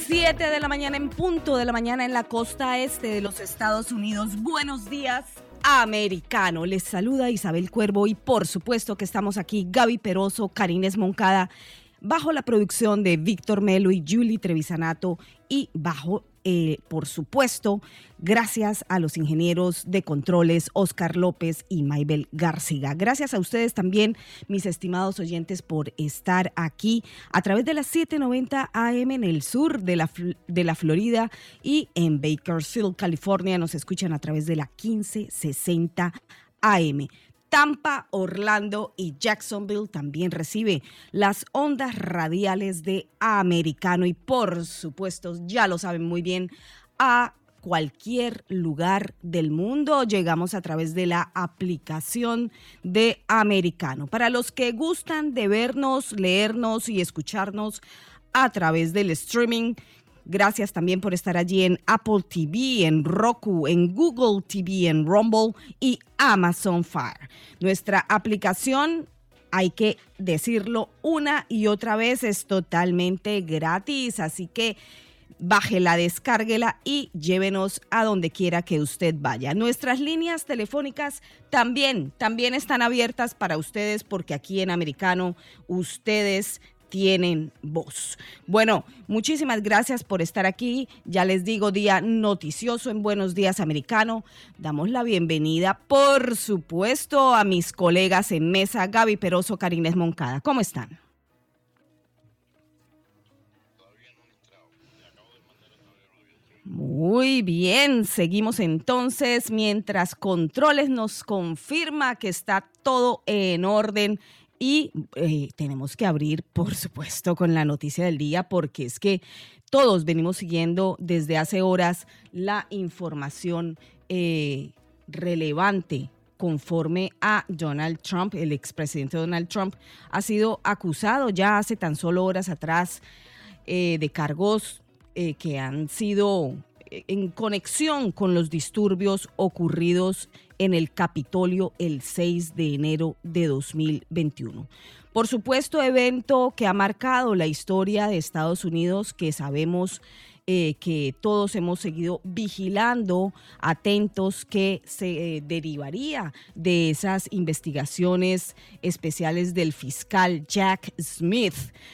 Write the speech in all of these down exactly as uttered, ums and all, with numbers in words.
siete de la mañana en punto de la mañana en la costa este de los Estados Unidos. Buenos días, americano. Les saluda Isabel Cuervo y por supuesto que estamos aquí Gaby Peroso, Karines Moncada, bajo la producción de Víctor Melo y Julie Trevisanato y bajo, eh, por supuesto, gracias a los ingenieros de controles Oscar López y Maybel García. Gracias a ustedes también, mis estimados oyentes, por estar aquí a través de las siete noventa A M en el sur de la, de la Florida y en Bakersfield, California. Nos escuchan a través de la quince sesenta A M. Tampa, Orlando y Jacksonville también recibe las ondas radiales de Americano y por supuesto, ya lo saben muy bien, a cualquier lugar del mundo llegamos a través de la aplicación de Americano. Para los que gustan de vernos, leernos y escucharnos a través del streaming, gracias también por estar allí en Apple T V, en Roku, en Google T V, en Rumble y Amazon Fire. Nuestra aplicación, hay que decirlo una y otra vez, es totalmente gratis, así que bájela, descárguela y llévenos a donde quiera que usted vaya. Nuestras líneas telefónicas también, también están abiertas para ustedes porque aquí en Americano ustedes tienen voz. Bueno, muchísimas gracias por estar aquí. Ya les digo, día noticioso en Buenos Días Americano. Damos la bienvenida, por supuesto, a mis colegas en mesa, Gaby Peroso, Karines Moncada. ¿Cómo están? Muy bien, seguimos entonces mientras Controles nos confirma que está todo en orden. Y eh, tenemos que abrir, por supuesto, con la noticia del día, porque es que todos venimos siguiendo desde hace horas la información eh, relevante conforme a Donald Trump. El expresidente Donald Trump ha sido acusado ya hace tan solo horas atrás eh, de cargos eh, que han sido en conexión con los disturbios ocurridos en el Capitolio el seis de enero de dos mil veintiuno. Por supuesto, evento que ha marcado la historia de Estados Unidos, que sabemos eh, que todos hemos seguido vigilando, atentos, que se eh, derivaría de esas investigaciones especiales del fiscal Jack Smith.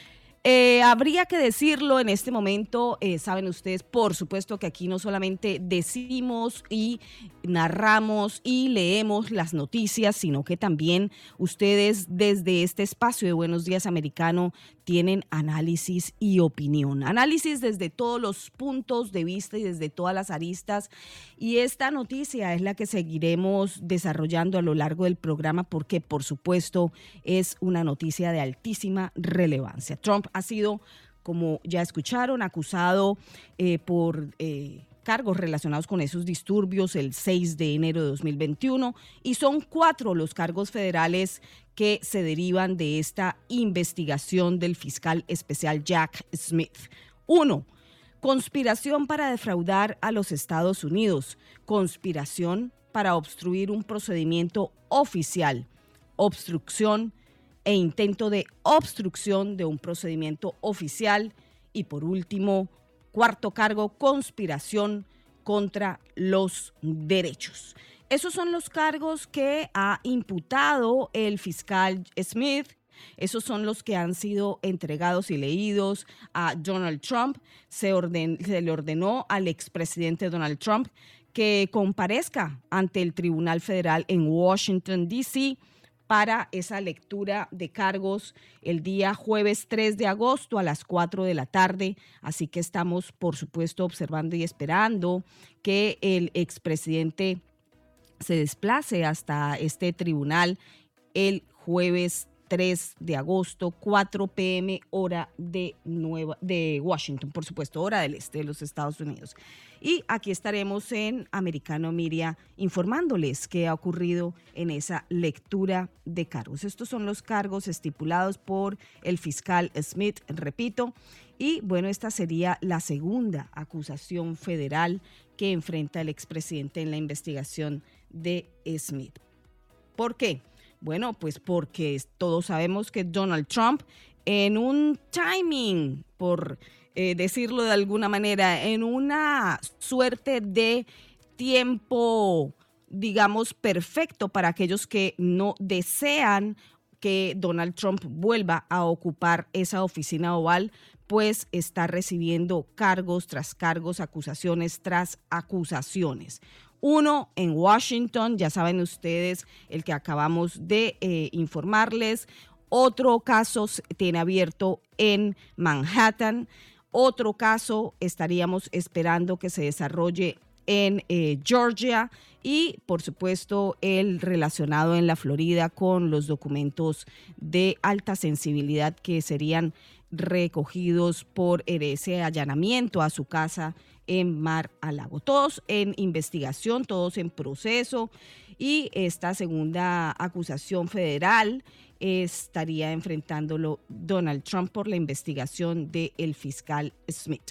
Eh, habría que decirlo en este momento, eh, saben ustedes, por supuesto que aquí no solamente decimos y narramos y leemos las noticias, sino que también ustedes desde este espacio de Buenos Días Americano tienen análisis y opinión. Análisis desde todos los puntos de vista y desde todas las aristas. Y esta noticia es la que seguiremos desarrollando a lo largo del programa porque, por supuesto, es una noticia de altísima relevancia. Trump ha sido, como ya escucharon, acusado eh, por eh, cargos relacionados con esos disturbios el seis de enero de dos mil veintiuno y son cuatro los cargos federales que se derivan de esta investigación del fiscal especial Jack Smith. Uno, conspiración para defraudar a los Estados Unidos, conspiración para obstruir un procedimiento oficial, obstrucción e intento de obstrucción de un procedimiento oficial y por último, cuarto cargo, conspiración contra los derechos. Esos son los cargos que ha imputado el fiscal Smith. Esos son los que han sido entregados y leídos a Donald Trump. Se, orden, se le ordenó al expresidente Donald Trump que comparezca ante el Tribunal Federal en Washington, D C para esa lectura de cargos el día jueves tres de agosto a las cuatro de la tarde. Así que estamos, por supuesto, observando y esperando que el expresidente se desplace hasta este tribunal el jueves tres de agosto, cuatro p m hora de, Nueva, de Washington, por supuesto, hora del este de los Estados Unidos. Y aquí estaremos en Americano Media informándoles qué ha ocurrido en esa lectura de cargos. Estos son los cargos estipulados por el fiscal Smith, repito. Y bueno, esta sería la segunda acusación federal que enfrenta el expresidente en la investigación de Smith. ¿Por qué? Bueno, pues porque todos sabemos que Donald Trump, en un timing por eh, decirlo de alguna manera, en una suerte de tiempo, digamos, perfecto para aquellos que no desean que Donald Trump vuelva a ocupar esa oficina oval, pues está recibiendo cargos tras cargos, acusaciones tras acusaciones. Uno en Washington, ya saben ustedes, el que acabamos de eh, informarles. Otro caso tiene abierto en Manhattan. Otro caso estaríamos esperando que se desarrolle en eh, Georgia y, por supuesto, el relacionado en la Florida con los documentos de alta sensibilidad que serían recogidos por ese allanamiento a su casa en Mar-a-Lago. Todos en investigación, todos en proceso, y esta segunda acusación federal estaría enfrentándolo Donald Trump por la investigación del fiscal Smith.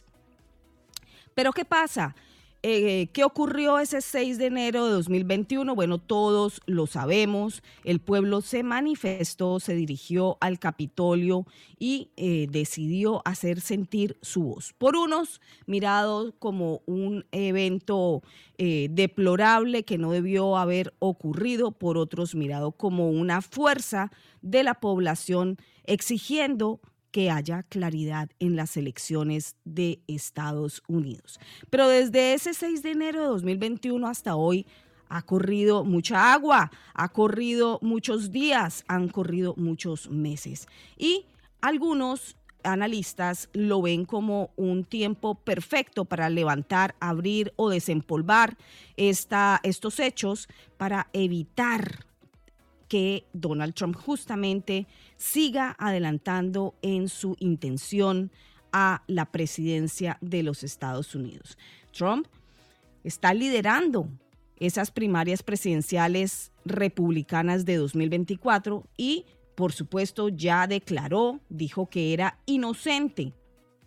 ¿Pero qué pasa? Eh, ¿Qué ocurrió ese seis de enero de dos mil veintiuno? Bueno, todos lo sabemos. El pueblo se manifestó, se dirigió al Capitolio y eh, decidió hacer sentir su voz. Por unos, mirado como un evento eh, deplorable que no debió haber ocurrido. Por otros, mirado como una fuerza de la población exigiendo que haya claridad en las elecciones de Estados Unidos. Pero desde ese seis de enero de dos mil veintiuno hasta hoy ha corrido mucha agua, ha corrido muchos días, han corrido muchos meses. Y algunos analistas lo ven como un tiempo perfecto para levantar, abrir o desempolvar esta, estos hechos para evitar que Donald Trump justamente siga adelantando en su intención a la presidencia de los Estados Unidos. Trump está liderando esas primarias presidenciales republicanas de dos mil veinticuatro y, por supuesto, ya declaró, dijo que era inocente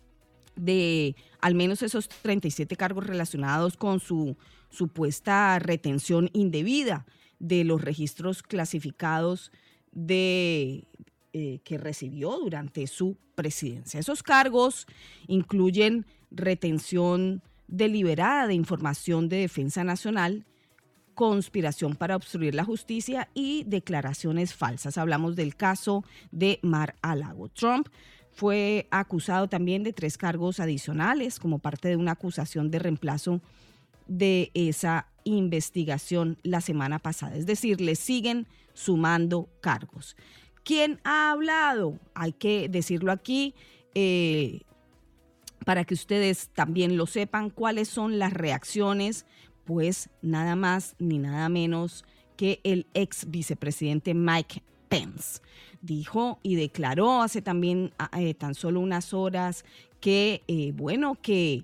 de al menos esos treinta y siete cargos relacionados con su supuesta retención indebida de los registros clasificados de, eh, que recibió durante su presidencia. Esos cargos incluyen retención deliberada de información de defensa nacional, conspiración para obstruir la justicia y declaraciones falsas. Hablamos del caso de Mar-a-Lago. Trump fue acusado también de tres cargos adicionales como parte de una acusación de reemplazo de esa investigación la semana pasada. Es decir, le siguen sumando cargos. ¿Quién ha hablado? Hay que decirlo aquí eh, para que ustedes también lo sepan. ¿Cuáles son las reacciones? Pues nada más ni nada menos que el ex vicepresidente Mike Pence. Dijo y declaró hace también eh, tan solo unas horas que, eh, bueno, que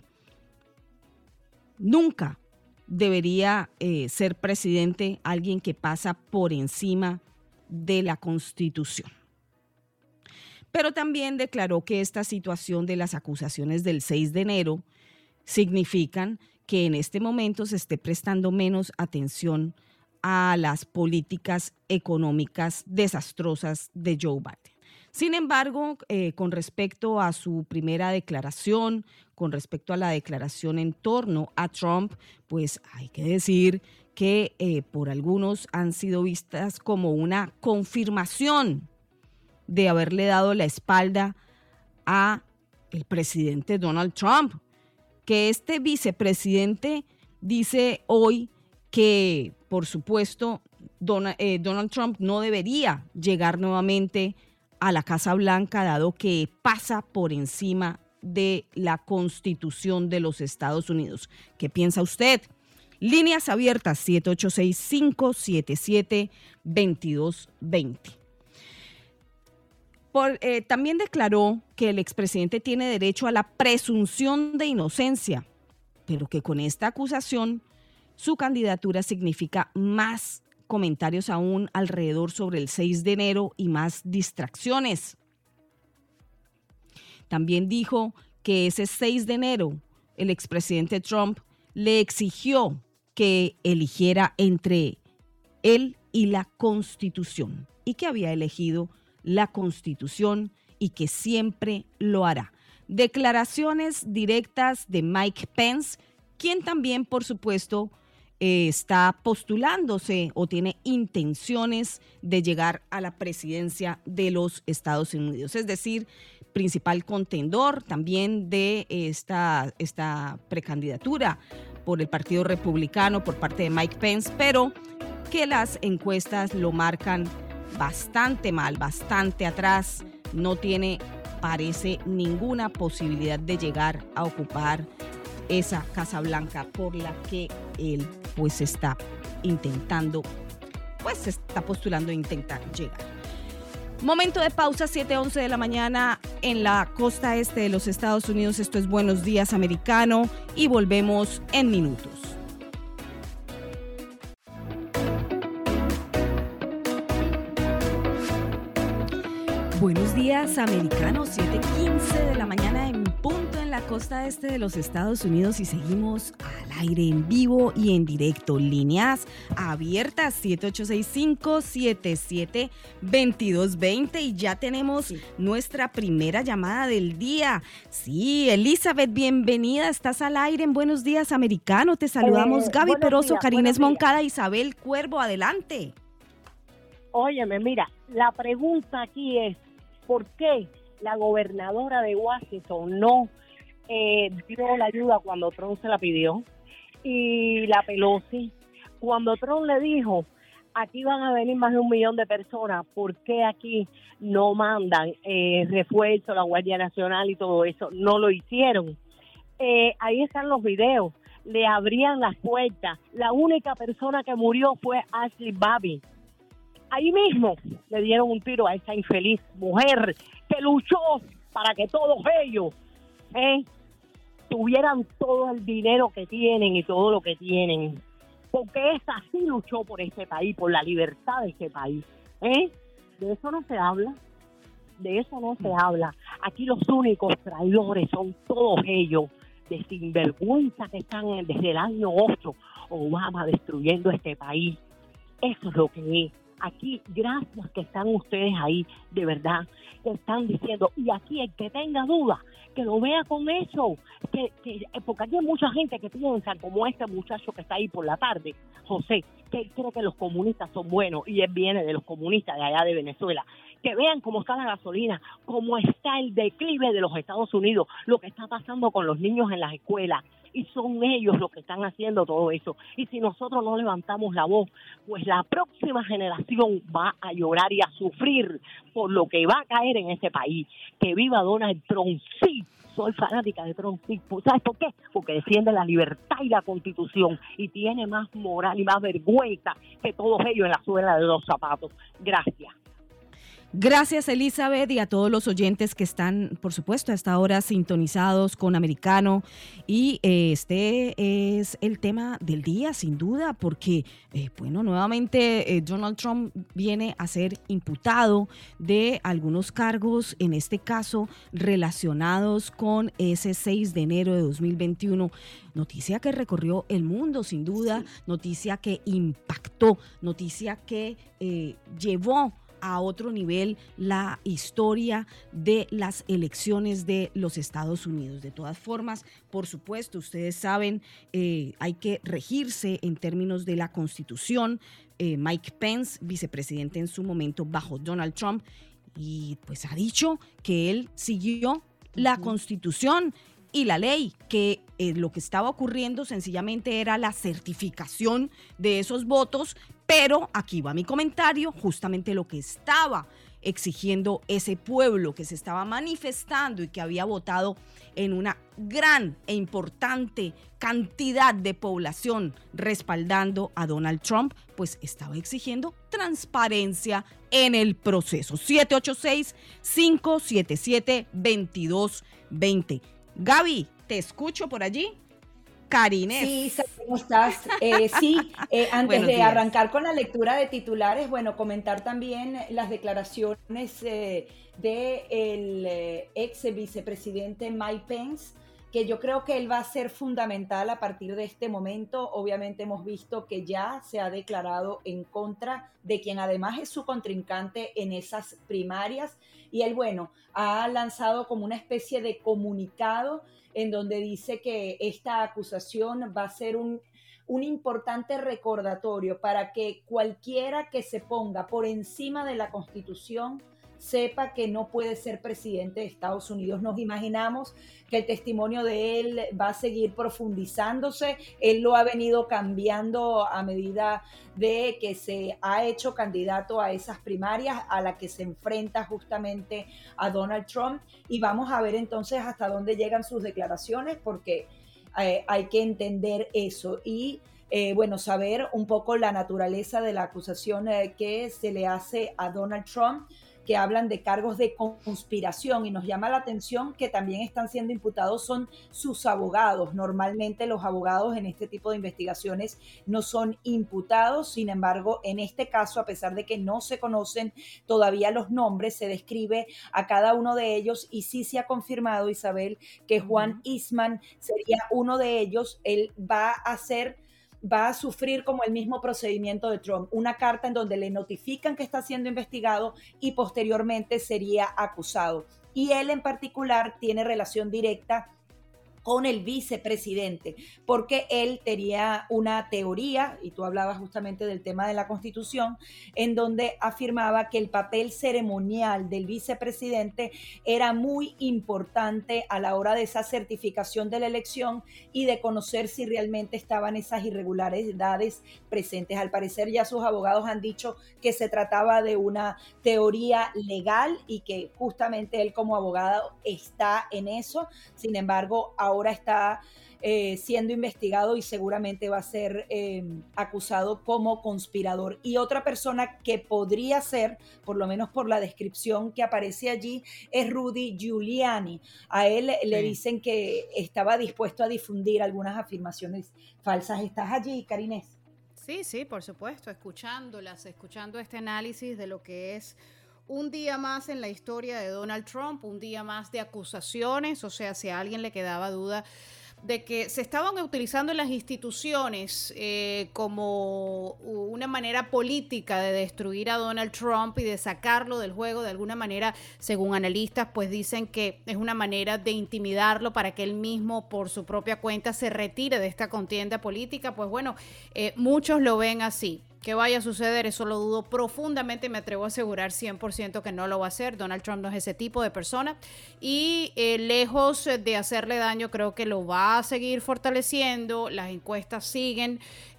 nunca debería eh, ser presidente alguien que pasa por encima de la Constitución. Pero también declaró que esta situación de las acusaciones del seis de enero significan que en este momento se esté prestando menos atención a las políticas económicas desastrosas de Joe Biden. Sin embargo, eh, con respecto a su primera declaración, con respecto a la declaración en torno a Trump, pues hay que decir que eh, por algunos han sido vistas como una confirmación de haberle dado la espalda a el presidente Donald Trump, que este vicepresidente dice hoy que, por supuesto, Donald, eh, Donald Trump no debería llegar nuevamente a la Casa Blanca, dado que pasa por encima de la Constitución de los Estados Unidos. ¿Qué piensa usted? Líneas abiertas siete ocho seis, cinco siete siete, dos dos dos cero. Por, eh, también declaró que el expresidente tiene derecho a la presunción de inocencia, pero que con esta acusación su candidatura significa más comentarios aún alrededor sobre el seis de enero y más distracciones. También dijo que ese seis de enero el expresidente Trump le exigió que eligiera entre él y la Constitución y que había elegido la Constitución y que siempre lo hará. declaraciones directas de Mike Pence, quien también, por supuesto, eh, está postulándose o tiene intenciones de llegar a la presidencia de los Estados Unidos. Es decir, principal contendor también de esta, esta precandidatura por el Partido Republicano por parte de Mike Pence, pero que las encuestas lo marcan bastante mal, bastante atrás. No tiene, parece, ninguna posibilidad de llegar a ocupar esa Casa Blanca por la que él pues está intentando, pues se está postulando a intentar llegar. Momento de pausa, siete once de la mañana en la costa este de los Estados Unidos. Esto es Buenos Días Americano y volvemos en minutos. Buenos días, americanos, siete quince de la mañana en punto en la costa este de los Estados Unidos y seguimos al aire en vivo y en directo. Líneas abiertas siete ocho seis cinco, siete siete, dos dos dos cero y ya tenemos sí. nuestra primera llamada del día. Sí, Elizabeth, bienvenida, estás al aire en Buenos Días Americano. Te saludamos eh, Gaby Peroso, Karines Moncada, Isabel Cuervo, adelante. Óyeme, mira, la pregunta aquí es, ¿por qué la gobernadora de Washington no eh, dio la ayuda cuando Trump se la pidió? Y la Pelosi, cuando Trump le dijo, aquí van a venir más de un millón de personas, ¿por qué aquí no mandan eh, refuerzo, la Guardia Nacional y todo eso? No lo hicieron. Eh, ahí están los videos, le abrían las puertas. La única persona que murió fue Ashley Babbitt. Ahí mismo le dieron un tiro a esa infeliz mujer que luchó para que todos ellos eh, tuvieran todo el dinero que tienen y todo lo que tienen. Porque esa sí luchó por este país, por la libertad de este país. ¿eh? De eso no se habla. De eso no se habla. Aquí los únicos traidores son todos ellos, de sinvergüenza que están desde el año ocho, Obama destruyendo este país. Eso es lo que es. Aquí, gracias que están ustedes ahí, de verdad, que están diciendo, y aquí el que tenga duda, que lo vea con eso, que, que porque aquí hay mucha gente que piensa, como este muchacho que está ahí por la tarde, José, que cree que los comunistas son buenos, y él viene de los comunistas de allá de Venezuela, que vean cómo está la gasolina, cómo está el declive de los Estados Unidos, lo que está pasando con los niños en las escuelas, y son ellos los que están haciendo todo eso. Y si nosotros no levantamos la voz, pues la próxima generación va a llorar y a sufrir por lo que va a caer en este país. Que viva Donald Trump, sí. Soy fanática de Trump, sí. ¿Sabes por qué? Porque defiende la libertad y la Constitución y tiene más moral y más vergüenza que todos ellos en la suela de los zapatos. Gracias. Gracias, Elizabeth, y a todos los oyentes que están, por supuesto, a esta hora sintonizados con Americano. Y eh, este es el tema del día, sin duda, porque, eh, bueno, nuevamente eh, Donald Trump viene a ser imputado de algunos cargos, en este caso relacionados con ese seis de enero de dos mil veintiuno. Noticia que recorrió el mundo, sin duda, noticia que impactó, noticia que eh, llevó a otro nivel la historia de las elecciones de los Estados Unidos. De todas formas, por supuesto, ustedes saben, eh, hay que regirse en términos de la Constitución. Eh, Mike Pence, vicepresidente en su momento bajo Donald Trump, y pues ha dicho que él siguió la Constitución y la ley, que eh, lo que estaba ocurriendo sencillamente era la certificación de esos votos, pero aquí va mi comentario, justamente lo que estaba exigiendo ese pueblo que se estaba manifestando y que había votado en una gran e importante cantidad de población respaldando a Donald Trump, pues estaba exigiendo transparencia en el proceso. siete ocho seis, cinco siete siete, dos dos dos cero. Gaby, te escucho por allí. Karines. Sí, ¿cómo estás? Eh, sí, eh, antes de días. arrancar con la lectura de titulares, bueno, comentar también las declaraciones eh, del eh, ex vicepresidente Mike Pence, que yo creo que él va a ser fundamental a partir de este momento. Obviamente hemos visto que ya se ha declarado en contra de quien además es su contrincante en esas primarias, y él, bueno, ha lanzado como una especie de comunicado en donde dice que esta acusación va a ser un, un importante recordatorio para que cualquiera que se ponga por encima de la Constitución sepa que no puede ser presidente de Estados Unidos. Nos imaginamos que el testimonio de él va a seguir profundizándose. Él lo ha venido cambiando a medida de que se ha hecho candidato a esas primarias a la que se enfrenta justamente a Donald Trump. Y vamos a ver entonces hasta dónde llegan sus declaraciones, porque eh, hay que entender eso. Y Eh, bueno, saber un poco la naturaleza de la acusación eh, que se le hace a Donald Trump, que hablan de cargos de conspiración, y nos llama la atención que también están siendo imputados son sus abogados. Normalmente los abogados en este tipo de investigaciones no son imputados, sin embargo, en este caso, a pesar de que no se conocen todavía los nombres, se describe a cada uno de ellos, y sí se ha confirmado, Isabel, que Juan uh-huh. Eastman sería uno de ellos. Él va a ser va a sufrir como el mismo procedimiento de Trump, una carta en donde le notifican que está siendo investigado y posteriormente sería acusado. Y él en particular tiene relación directa con el vicepresidente, porque él tenía una teoría, y tú hablabas justamente del tema de la Constitución, en donde afirmaba que el papel ceremonial del vicepresidente era muy importante a la hora de esa certificación de la elección y de conocer si realmente estaban esas irregularidades presentes. Al parecer ya sus abogados han dicho que se trataba de una teoría legal y que justamente él como abogado está en eso. Sin embargo, ahora ahora está eh, siendo investigado y seguramente va a ser eh, acusado como conspirador. Y otra persona que podría ser, por lo menos por la descripción que aparece allí, es Rudy Giuliani. A él sí. le dicen que estaba dispuesto a difundir algunas afirmaciones falsas. ¿Estás allí, Karinés? Sí, sí, por supuesto, escuchándolas, escuchando este análisis de lo que es un día más en la historia de Donald Trump, un día más de acusaciones. O sea, si a alguien le quedaba duda de que se estaban utilizando las instituciones eh, como una manera política de destruir a Donald Trump y de sacarlo del juego de alguna manera, según analistas, pues dicen que es una manera de intimidarlo para que él mismo por su propia cuenta se retire de esta contienda política. Pues bueno, eh, muchos lo ven así. Que vaya a suceder, eso lo dudo profundamente, me atrevo a asegurar cien por ciento que no lo va a hacer. Donald Trump no es ese tipo de persona y eh, lejos de hacerle daño, creo que lo va a seguir fortaleciendo. Las encuestas siguen,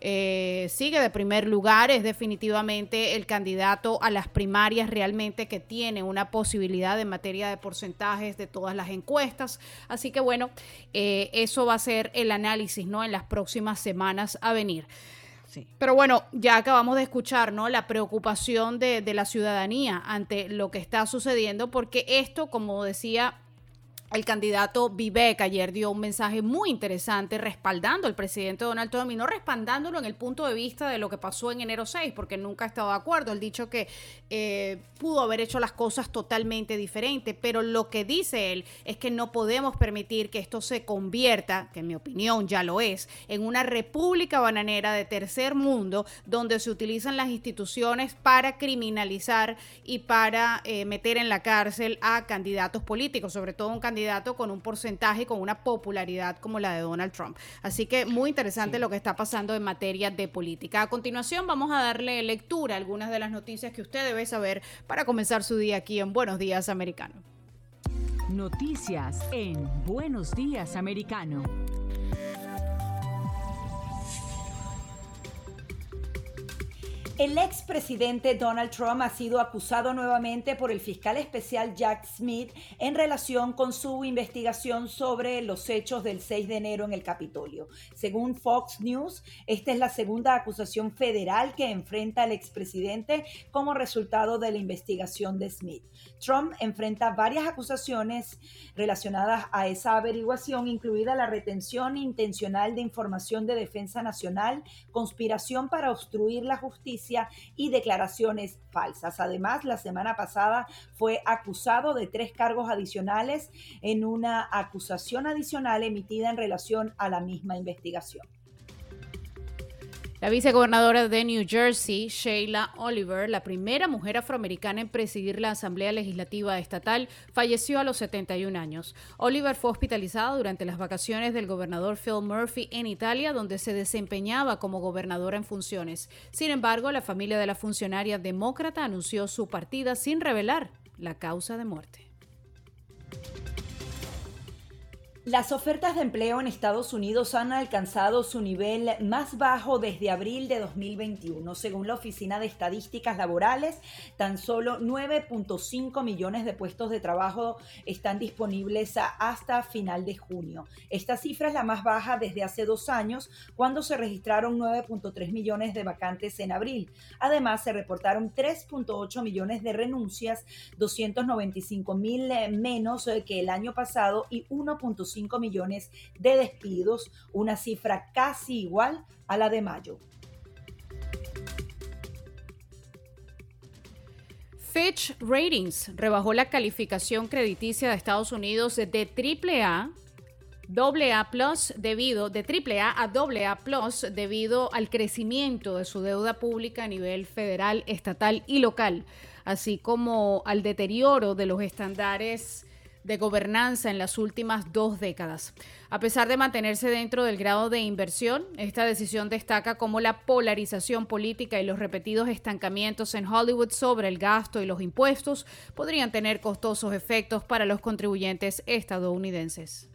eh, sigue de primer lugar, es definitivamente el candidato a las primarias realmente que tiene una posibilidad en materia de porcentajes de todas las encuestas. Así que bueno, eh, eso va a ser el análisis, ¿no?, en las próximas semanas a venir. Sí. Pero bueno, ya acabamos de escuchar, ¿no?, la preocupación de, de la ciudadanía ante lo que está sucediendo, porque esto, como decía el candidato Vivek, ayer dio un mensaje muy interesante respaldando al presidente Donald Trump y no respaldándolo en el punto de vista de lo que pasó en enero seis, porque nunca ha estado de acuerdo. Él ha dicho que eh, pudo haber hecho las cosas totalmente diferentes, pero lo que dice él es que no podemos permitir que esto se convierta, que en mi opinión ya lo es, en una república bananera de tercer mundo donde se utilizan las instituciones para criminalizar y para eh, meter en la cárcel a candidatos políticos, sobre todo un candidato con un porcentaje, con una popularidad como la de Donald Trump. Así que muy interesante sí. lo que está pasando en materia de política. A continuación vamos a darle lectura a algunas de las noticias que usted debe saber para comenzar su día aquí en Buenos Días Americano. Noticias en Buenos Días Americano. El expresidente Donald Trump ha sido acusado nuevamente por el fiscal especial Jack Smith en relación con su investigación sobre los hechos del seis de enero en el Capitolio. Según Fox News, esta es la segunda acusación federal que enfrenta el expresidente como resultado de la investigación de Smith. Trump enfrenta varias acusaciones relacionadas a esa averiguación, incluida la retención intencional de información de defensa nacional, conspiración para obstruir la justicia injusticia y declaraciones falsas. Además, la semana pasada fue acusado de tres cargos adicionales en una acusación adicional emitida en relación a la misma investigación. La vicegobernadora de New Jersey, Sheila Oliver, la primera mujer afroamericana en presidir la Asamblea Legislativa Estatal, falleció a los setenta y un años. Oliver fue hospitalizada durante las vacaciones del gobernador Phil Murphy en Italia, donde se desempeñaba como gobernadora en funciones. Sin embargo, la familia de la funcionaria demócrata anunció su partida sin revelar la causa de muerte. Las ofertas de empleo en Estados Unidos han alcanzado su nivel más bajo desde abril de dos mil veintiuno. Según la Oficina de Estadísticas Laborales, tan solo nueve punto cinco millones de puestos de trabajo están disponibles hasta final de junio. Esta cifra es la más baja desde hace dos años, cuando se registraron nueve punto tres millones de vacantes en abril. Además, se reportaron tres punto ocho millones de renuncias, doscientos noventa y cinco mil menos que el año pasado y uno punto cinco millones de despidos, una cifra casi igual a la de mayo. Fitch Ratings rebajó la calificación crediticia de Estados Unidos de triple A, doble A plus debido de triple A a doble A plus debido al crecimiento de su deuda pública a nivel federal, estatal y local, así como al deterioro de los estándares de gobernanza en las últimas dos décadas. A pesar de mantenerse dentro del grado de inversión, esta decisión destaca cómo la polarización política y los repetidos estancamientos en Hollywood sobre el gasto y los impuestos podrían tener costosos efectos para los contribuyentes estadounidenses.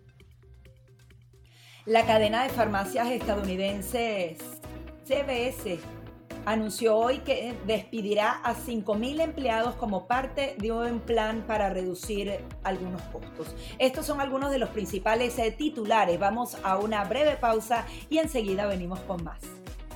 La cadena de farmacias estadounidenses C V S anunció hoy que despedirá a cinco mil empleados como parte de un plan para reducir algunos costos. Estos son algunos de los principales eh, titulares. Vamos a una breve pausa y enseguida venimos con más.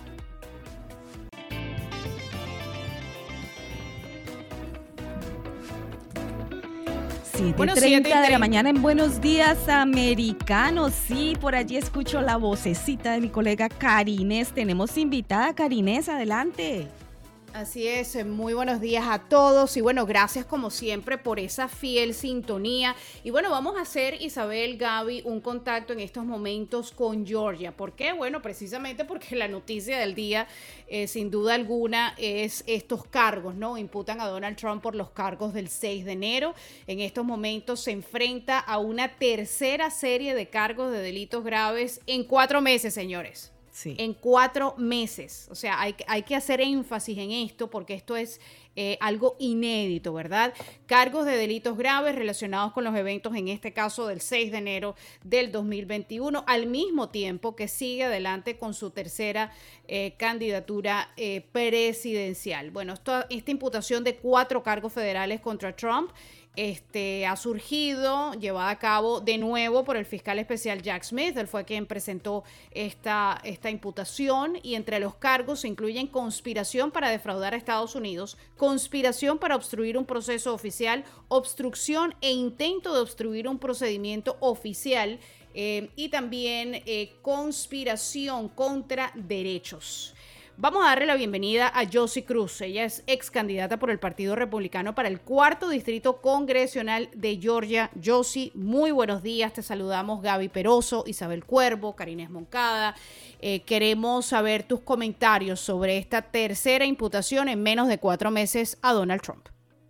siete y treinta de la mañana en Buenos Días Americanos. Sí, por allí escucho la vocecita de mi colega Karines. Tenemos invitada, Karines, adelante. Así es, muy buenos días a todos y bueno, gracias como siempre por esa fiel sintonía. Y bueno, vamos a hacer, Isabel, Gaby, un contacto en estos momentos con Georgia. ¿Por qué? Bueno, precisamente porque la noticia del día, eh, sin duda alguna, es estos cargos, ¿no? Imputan a Donald Trump por los cargos del seis de enero. En estos momentos se enfrenta a una tercera serie de cargos de delitos graves en cuatro meses, señores. Sí. En cuatro meses. O sea, hay, hay que hacer énfasis en esto porque esto es eh, algo inédito, ¿verdad? Cargos de delitos graves relacionados con los eventos, en este caso del seis de enero del dos mil veintiuno, al mismo tiempo que sigue adelante con su tercera eh, candidatura eh, presidencial. Bueno, esto, esta imputación de cuatro cargos federales contra Trump Este, ha surgido, llevada a cabo de nuevo por el fiscal especial Jack Smith. Él fue quien presentó esta, esta imputación y entre los cargos se incluyen conspiración para defraudar a Estados Unidos, conspiración para obstruir un proceso oficial, obstrucción e intento de obstruir un procedimiento oficial eh, y también eh, conspiración contra derechos. Vamos a darle la bienvenida a Josie Cruz. Ella es ex candidata por el Partido Republicano para el cuarto distrito congresional de Georgia. Josie, muy buenos días. Te saludamos Gaby Peroso, Isabel Cuervo, Karines Moncada. Eh, queremos saber tus comentarios sobre esta tercera imputación en menos de cuatro meses a Donald Trump.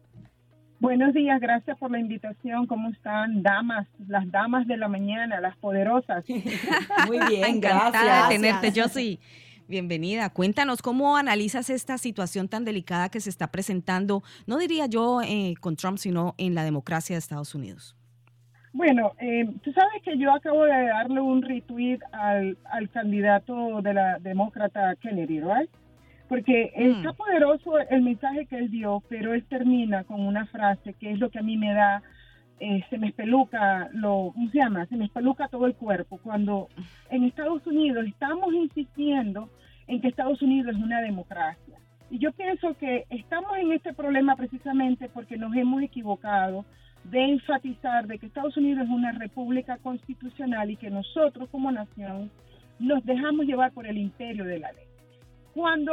Buenos días, gracias por la invitación. ¿Cómo están, damas? Las damas de la mañana, las poderosas. Muy bien, encantada gracias. de tenerte, Josie. Bienvenida. Cuéntanos cómo analizas esta situación tan delicada que se está presentando, no diría yo eh, con Trump, sino en la democracia de Estados Unidos. Bueno, eh, tú sabes que yo acabo de darle un retweet al, al candidato de la demócrata Kennedy, ¿right? Porque mm. está poderoso el mensaje que él dio, pero él termina con una frase que es lo que a mí me da, eh, se me espeluca, lo, ¿cómo se llama? Se me espeluca todo el cuerpo. Cuando en Estados Unidos estamos insistiendo en que Estados Unidos es una democracia. Y yo pienso que estamos en este problema precisamente porque nos hemos equivocado de enfatizar de que Estados Unidos es una república constitucional y que nosotros como nación nos dejamos llevar por el imperio de la ley. Cuando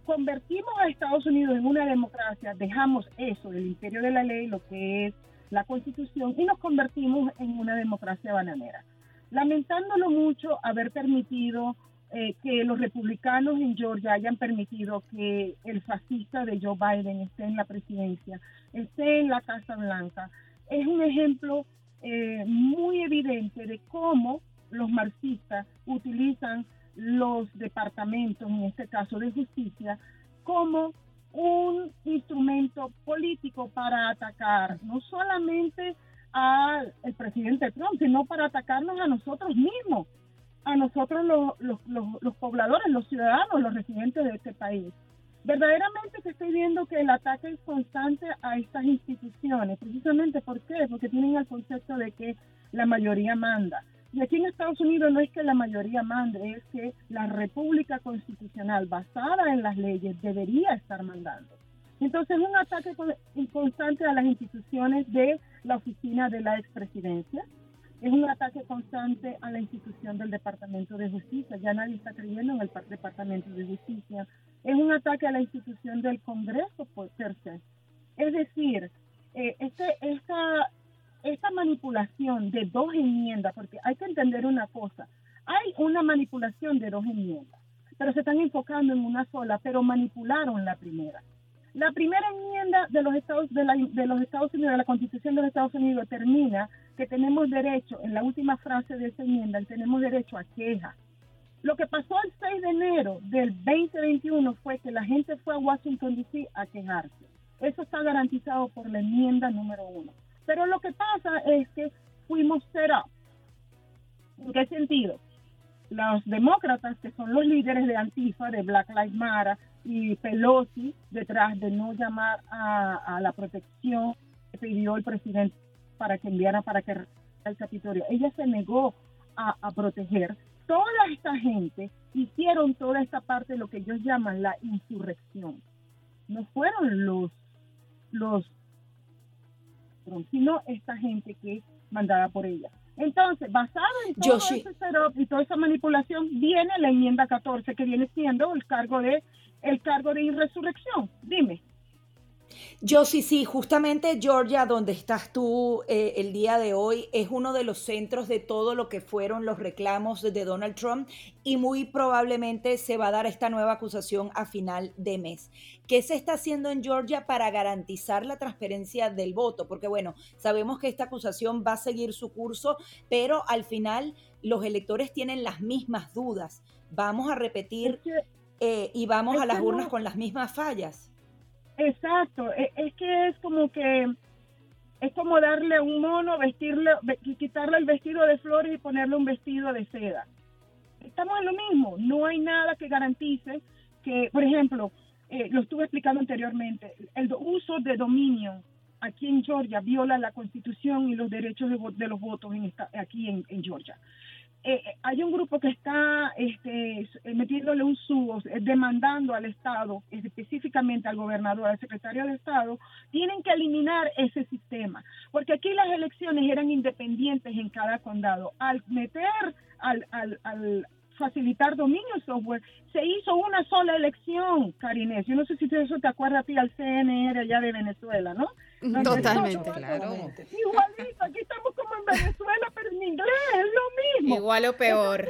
convertimos a Estados Unidos en una democracia, dejamos eso del imperio de la ley, lo que es la Constitución, y nos convertimos en una democracia bananera. Lamentándolo mucho haber permitido eh, que los republicanos en Georgia hayan permitido que el fascista de Joe Biden esté en la presidencia, esté en la Casa Blanca, es un ejemplo eh, muy evidente de cómo los marxistas utilizan los departamentos, en este caso de justicia, como un instrumento político para atacar no solamente al presidente Trump, sino para atacarnos a nosotros mismos, a nosotros los, los, los, los pobladores, los ciudadanos, los residentes de este país. Verdaderamente que estoy viendo que el ataque es constante a estas instituciones. Precisamente, ¿por qué? Porque tienen el concepto de que la mayoría manda. Y aquí en Estados Unidos no es que la mayoría mande, es que la república constitucional basada en las leyes debería estar mandando. Entonces es un ataque constante a las instituciones de la oficina de la expresidencia, es un ataque constante a la institución del Departamento de Justicia, ya nadie está creyendo en el Departamento de Justicia, es un ataque a la institución del Congreso por per se. Es decir, eh, este, esta... esta manipulación de dos enmiendas, porque hay que entender una cosa, hay una manipulación de dos enmiendas, pero se están enfocando en una sola, pero manipularon la primera. La primera enmienda de los Estados de, la, de los Estados Unidos, de la Constitución de los Estados Unidos, determina que tenemos derecho, en la última frase de esa enmienda, tenemos derecho a queja. Lo que pasó el seis de enero del veinte veintiuno fue que la gente fue a Washington D C a quejarse. Eso está garantizado por la enmienda número uno. Pero lo que pasa es que fuimos set up. ¿En qué sentido? Los demócratas, que son los líderes de Antifa, de Black Lives Matter, y Pelosi, detrás de no llamar a, a la protección que pidió el presidente para que enviara para que el Capitolio. Ella se negó a, a proteger. Toda esta gente hicieron toda esta parte de lo que ellos llaman la insurrección. No fueron los los sino esta gente que es mandada por ella. Entonces, basado en todo Yoshi. ese setup y toda esa manipulación, viene la enmienda catorce, que viene siendo el cargo de el cargo de insurrección. Dime. Yo sí, sí, justamente Georgia, donde estás tú eh, el día de hoy, es uno de los centros de todo lo que fueron los reclamos de Donald Trump y muy probablemente se va a dar esta nueva acusación a final de mes. ¿Qué se está haciendo en Georgia para garantizar la transparencia del voto? Porque bueno, sabemos que esta acusación va a seguir su curso, pero al final los electores tienen las mismas dudas. Vamos a repetir Es que, eh, y vamos es a las que urnas no- con las mismas fallas. Exacto, es, es que es como que es como darle a un mono, vestirle, ve- quitarle el vestido de flores y ponerle un vestido de seda. Estamos en lo mismo, no hay nada que garantice que, por ejemplo, eh, lo estuve explicando anteriormente, el do- uso de dominio aquí en Georgia viola la Constitución y los derechos de, vo- de los votos en esta, aquí en, en Georgia. Eh, hay un grupo que está este, metiéndole un subo, eh, demandando al Estado, específicamente al gobernador, al secretario de Estado, tienen que eliminar ese sistema, porque aquí las elecciones eran independientes en cada condado. Al meter, al, al, al facilitar dominio software, se hizo una sola elección, Karines. Yo no sé si eso te acuerda a ti al C N R allá de Venezuela, ¿no? Totalmente, Nosotros- claro. Igualito, aquí estamos como en Venezuela, pero en inglés, es lo mismo. Igual o peor.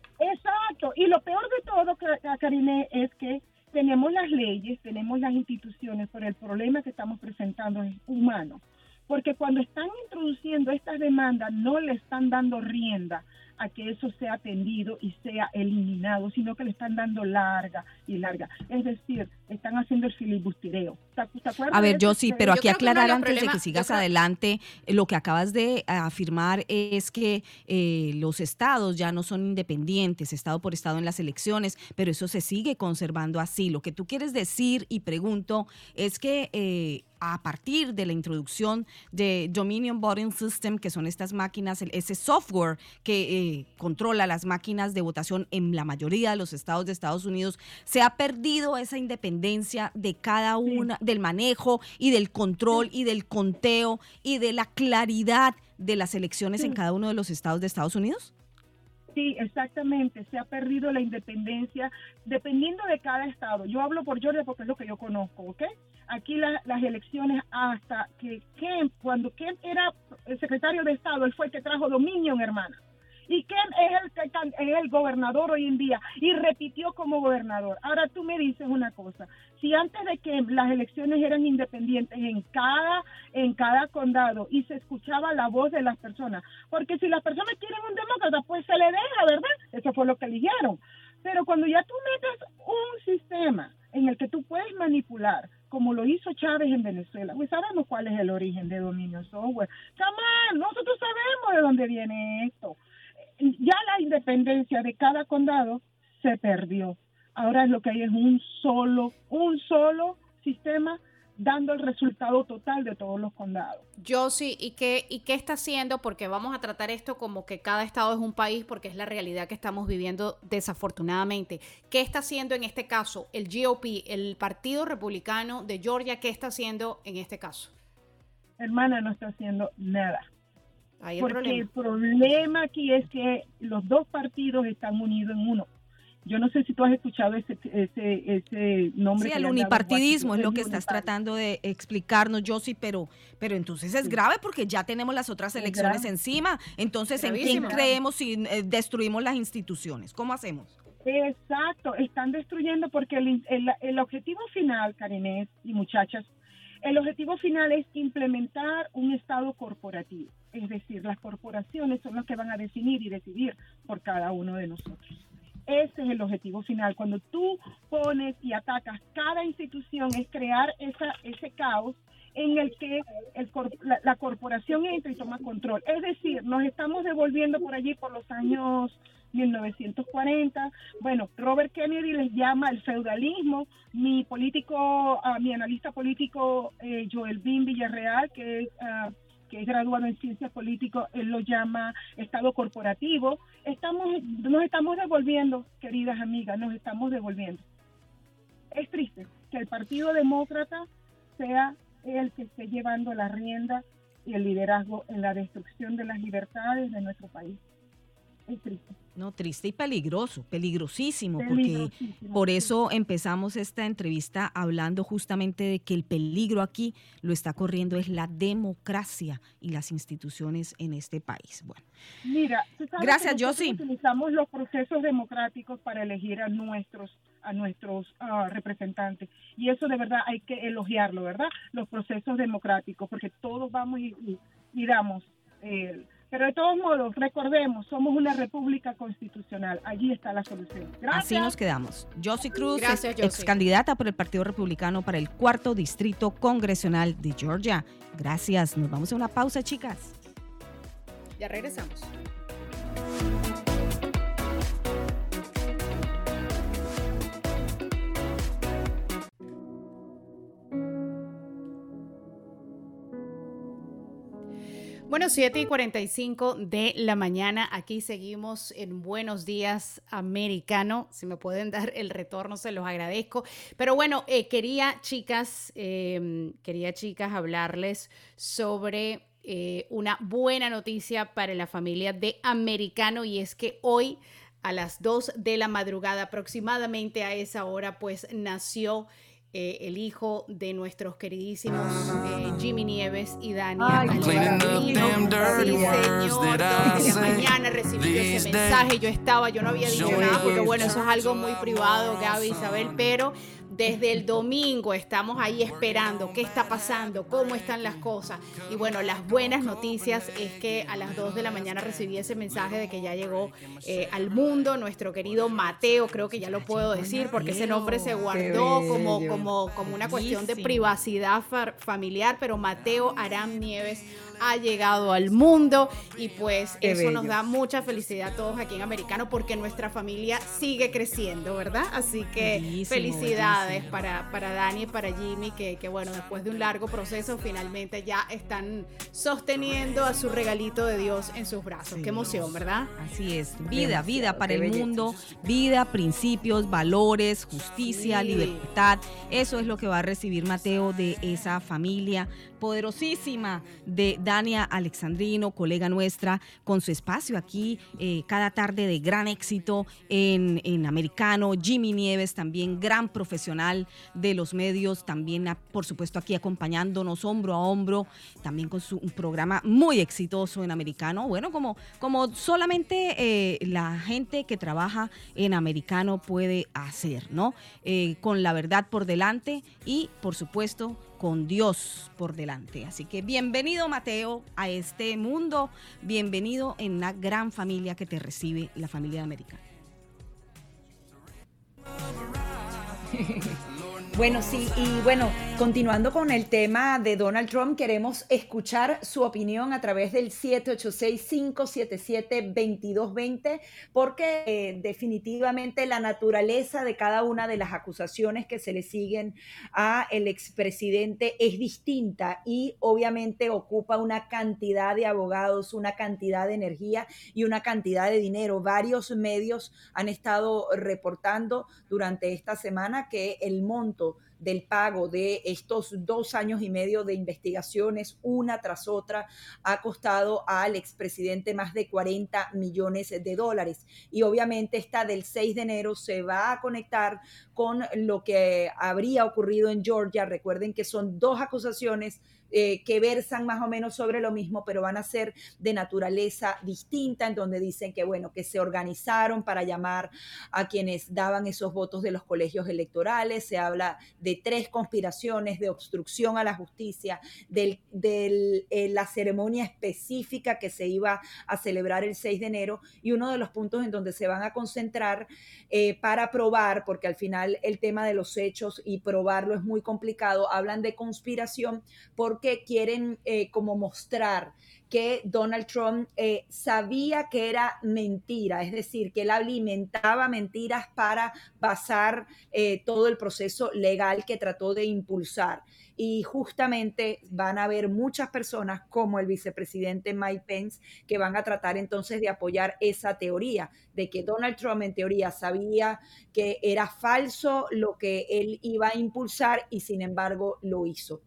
Exacto, y lo peor de todo, Ka- Karine, es que tenemos las leyes, tenemos las instituciones, pero el problema que estamos presentando es humano, porque cuando están introduciendo estas demandas no le están dando rienda a que eso sea atendido y sea eliminado, sino que le están dando larga y larga. Es decir, están haciendo el filibustireo. ¿Te, te acuerdas A de ver, eso? yo sí, De- pero Yo aquí creo que uno de aclarar los antes de que problemas- sigas yo creo- adelante, eh, lo que acabas de afirmar es que eh, los estados ya no son independientes, estado por estado en las elecciones, pero eso se sigue conservando así. Lo que tú quieres decir, y pregunto, es que eh, a partir de la introducción de Dominion Voting System, que son estas máquinas, el- ese software que eh, controla las máquinas de votación en la mayoría de los estados de Estados Unidos, se ha perdido esa independencia de cada una, del manejo y del control y del conteo y de la claridad de las elecciones en Sí. cada uno de los estados de Estados Unidos. Sí, exactamente. Se ha perdido la independencia dependiendo de cada estado. Yo hablo por Georgia porque es lo que yo conozco, ¿ok? Aquí la, las elecciones hasta que Kemp, cuando Kemp era el secretario de Estado, él fue el que trajo Dominion, hermana. Y Kemp es el, que, es el gobernador hoy en día y repitió como gobernador. Ahora tú me dices una cosa, si antes de Kemp las elecciones eran independientes en cada, en cada condado y se escuchaba la voz de las personas, porque si las personas quieren un demócrata, pues se le deja, ¿verdad? Eso fue lo que eligieron. Pero cuando ya tú metes un sistema en el que tú puedes manipular, como lo hizo Chávez en Venezuela, pues sabemos cuál es el origen de Dominion Software. Come on, nosotros sabemos de dónde viene esto. Ya la independencia de cada condado se perdió. Ahora lo que hay es un solo, un solo sistema dando el resultado total de todos los condados. Yo sí, ¿y qué, ¿y qué está haciendo? Porque vamos a tratar esto como que cada estado es un país, porque es la realidad que estamos viviendo desafortunadamente. ¿Qué está haciendo en este caso el G O P, el Partido Republicano de Georgia? ¿Qué está haciendo en este caso? Hermana, no está haciendo nada. Ahí el porque problema. el problema aquí es que los dos partidos están unidos en uno. Yo no sé si tú has escuchado ese ese, ese nombre. Sí, que el le han dado unipartidismo es el lo que estás unipartidismo. tratando de explicarnos, Josie, pero, pero entonces es Sí. grave porque ya tenemos las otras Es elecciones grave. encima. Entonces, ¿en quién Gravísimo. creemos si eh, destruimos las instituciones? ¿Cómo hacemos? Exacto, están destruyendo porque el, el, el objetivo final, Karinés y muchachas, el objetivo final es implementar un Estado corporativo. Es decir, las corporaciones son las que van a definir y decidir por cada uno de nosotros. Ese es el objetivo final. Cuando tú pones y atacas cada institución, es crear esa, ese caos en el que el, la, la corporación entra y toma control. Es decir, nos estamos devolviendo por allí por los años mil novecientos cuarenta. Bueno, Robert Kennedy les llama el feudalismo. Mi político, uh, mi analista político, eh, Joel Bin Villarreal, que es... Uh, que es graduado en ciencias políticas, él lo llama Estado corporativo. Estamos, nos estamos devolviendo, queridas amigas, nos estamos devolviendo. Es triste que el Partido Demócrata sea el que esté llevando la rienda y el liderazgo en la destrucción de las libertades de nuestro país. Es triste. No, triste y peligroso, peligrosísimo, porque Peligrosísimo, por sí. eso empezamos esta entrevista hablando justamente de que el peligro aquí lo está corriendo es la democracia y las instituciones en este país. Bueno, Mira, tú sabes Gracias, que nosotros Josie. utilizamos los procesos democráticos para elegir a nuestros a nuestros uh, representantes y eso de verdad hay que elogiarlo, ¿verdad? Los procesos democráticos, porque todos vamos y, y, y damos. Eh, pero de todos modos, recordemos, somos una república constitucional. Allí está la solución. Gracias. así nos quedamos. Josie Cruz, Gracias, ex, Josie. ex candidata por el Partido Republicano para el cuarto distrito congresional de Georgia. Gracias. Nos vamos a una pausa, chicas. Ya regresamos. Bueno, siete y cuarenta y cinco de la mañana, aquí seguimos en Buenos Días Americano. Si me pueden dar el retorno, se los agradezco. Pero bueno, eh, quería, chicas, eh, quería, chicas, hablarles sobre eh, una buena noticia para la familia de Americano, y es que hoy a las dos de la madrugada, aproximadamente a esa hora, pues nació Eh, el hijo de nuestros queridísimos eh, Jimmy Nieves y Dania Ay, Alvarado. qué Sí, maravilla. señor, dos de la mañana recibí yo ese mensaje. Yo estaba, yo no había dicho nada porque bueno, eso es algo muy privado, Gaby, Isabel, pero desde el domingo estamos ahí esperando qué está pasando, cómo están las cosas. Y bueno, las buenas noticias es que a las dos de la mañana recibí ese mensaje de que ya llegó eh, al mundo nuestro querido Mateo, creo que ya lo puedo decir porque ese nombre se guardó como, como, como una cuestión de privacidad fa- familiar, pero Mateo Aram Nieves ha llegado al mundo y pues Qué eso bello. nos da mucha felicidad a todos aquí en Americano porque nuestra familia sigue creciendo, ¿verdad? Así que Bellísimo, felicidades, felicidades para, para Dani y para Jimmy, que, que bueno, después de un largo proceso, finalmente ya están sosteniendo a su regalito de Dios en sus brazos. Sí. Qué emoción, ¿verdad? Así es. Vida, vida para el mundo, vida, principios, valores, justicia, sí. libertad. Eso es lo que va a recibir Mateo de esa familia poderosísima de Dania Alexandrino, colega nuestra, con su espacio aquí eh, cada tarde de gran éxito en, en Americano. Jimmy Nieves, también gran profesional de los medios, también por supuesto aquí acompañándonos hombro a hombro, también con su, un programa muy exitoso en Americano, bueno, como, como solamente eh, la gente que trabaja en Americano puede hacer, ¿no? Eh, con la verdad por delante y por supuesto con Dios por delante. Así que bienvenido, Mateo, a este mundo, bienvenido en una gran familia que te recibe, la familia de Americano. Bueno, sí, y bueno, continuando con el tema de Donald Trump, queremos escuchar su opinión a través del siete ocho seis, cinco siete siete, dos dos dos cero, porque eh, definitivamente la naturaleza de cada una de las acusaciones que se le siguen a el expresidente es distinta y obviamente ocupa una cantidad de abogados, una cantidad de energía y una cantidad de dinero. Varios medios han estado reportando durante esta semana que el monto del pago de estos dos años y medio de investigaciones, una tras otra, ha costado al expresidente más de cuarenta millones de dólares. Y obviamente esta del seis de enero se va a conectar con lo que habría ocurrido en Georgia. Recuerden que son dos acusaciones Eh, que versan más o menos sobre lo mismo, pero van a ser de naturaleza distinta, en donde dicen que, bueno, que se organizaron para llamar a quienes daban esos votos de los colegios electorales. Se habla de tres conspiraciones, de obstrucción a la justicia, de del, eh, la ceremonia específica que se iba a celebrar el seis de enero, y uno de los puntos en donde se van a concentrar eh, para probar, porque al final el tema de los hechos y probarlo es muy complicado, hablan de conspiración por que quieren eh, como mostrar que Donald Trump eh, sabía que era mentira, es decir, que él alimentaba mentiras para basar eh, todo el proceso legal que trató de impulsar. Y justamente van a haber muchas personas como el vicepresidente Mike Pence que van a tratar entonces de apoyar esa teoría de que Donald Trump en teoría sabía que era falso lo que él iba a impulsar y sin embargo lo hizo.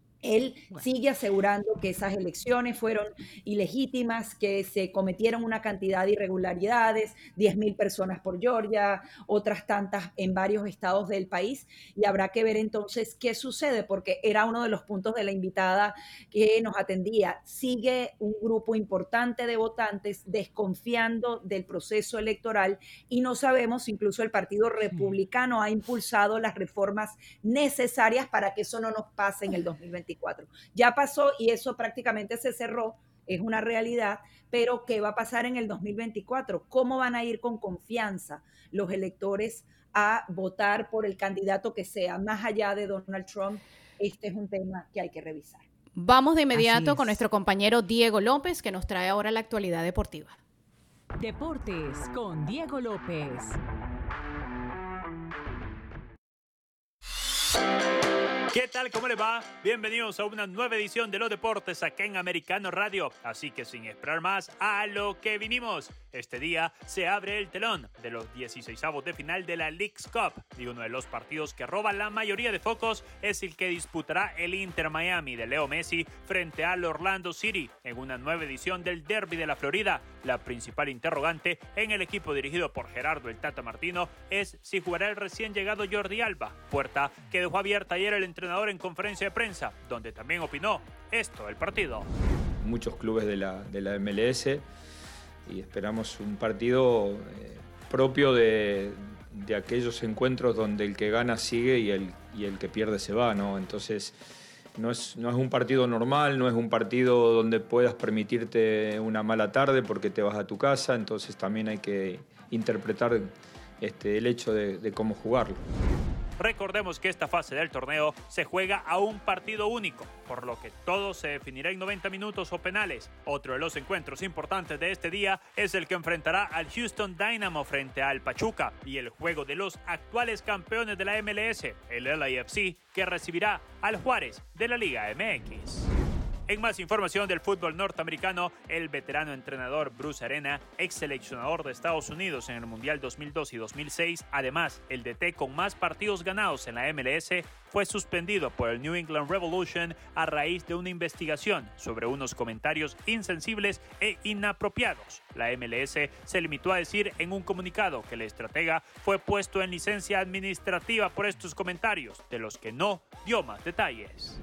Él bueno. sigue asegurando que esas elecciones fueron ilegítimas, que se cometieron una cantidad de irregularidades, diez mil personas por Georgia, otras tantas en varios estados del país, y habrá que ver entonces qué sucede, porque era uno de los puntos de la invitada que nos atendía. Sigue un grupo importante de votantes desconfiando del proceso electoral y no sabemos, incluso el Partido Republicano ha impulsado las reformas necesarias para que eso no nos pase en el dos mil veinticuatro. Ya pasó y eso prácticamente se cerró, es una realidad, pero ¿qué va a pasar en el dos mil veinticuatro? ¿Cómo van a ir con confianza los electores a votar por el candidato que sea? Más allá de Donald Trump, este es un tema que hay que revisar. Vamos de inmediato con nuestro compañero Diego López, que nos trae ahora la actualidad deportiva. Deportes con Diego López. ¿Qué tal? ¿Cómo les va? Bienvenidos a una nueva edición de Los Deportes acá en Americano Radio. Así que sin esperar más, a lo que vinimos. Este día se abre el telón de los dieciseisavos de final de la Leagues Cup. Y uno de los partidos que roba la mayoría de focos es el que disputará el Inter Miami de Leo Messi frente al Orlando City en una nueva edición del Derby de la Florida. La principal interrogante en el equipo dirigido por Gerardo el Tata Martino es si jugará el recién llegado Jordi Alba, puerta que dejó abierta ayer el entrenador en conferencia de prensa, donde también opinó esto del partido. Muchos clubes de la, de la M L S y esperamos un partido eh, propio de, de aquellos encuentros donde el que gana sigue y el, y el que pierde se va, ¿no? Entonces no es, no es un partido normal, no es un partido donde puedas permitirte una mala tarde porque te vas a tu casa, entonces también hay que interpretar este, el hecho de, de cómo jugarlo. Recordemos que esta fase del torneo se juega a un partido único, por lo que todo se definirá en noventa minutos o penales. Otro de los encuentros importantes de este día es el que enfrentará al Houston Dynamo frente al Pachuca y el juego de los actuales campeones de la M L S, el L A F C, que recibirá al Juárez de la Liga M X. En más información del fútbol norteamericano, el veterano entrenador Bruce Arena, ex seleccionador de Estados Unidos en el Mundial dos mil dos y dos mil seis, además el D T con más partidos ganados en la M L S, fue suspendido por el New England Revolution a raíz de una investigación sobre unos comentarios insensibles e inapropiados. La M L S se limitó a decir en un comunicado que el estratega fue puesto en licencia administrativa por estos comentarios, de los que no dio más detalles.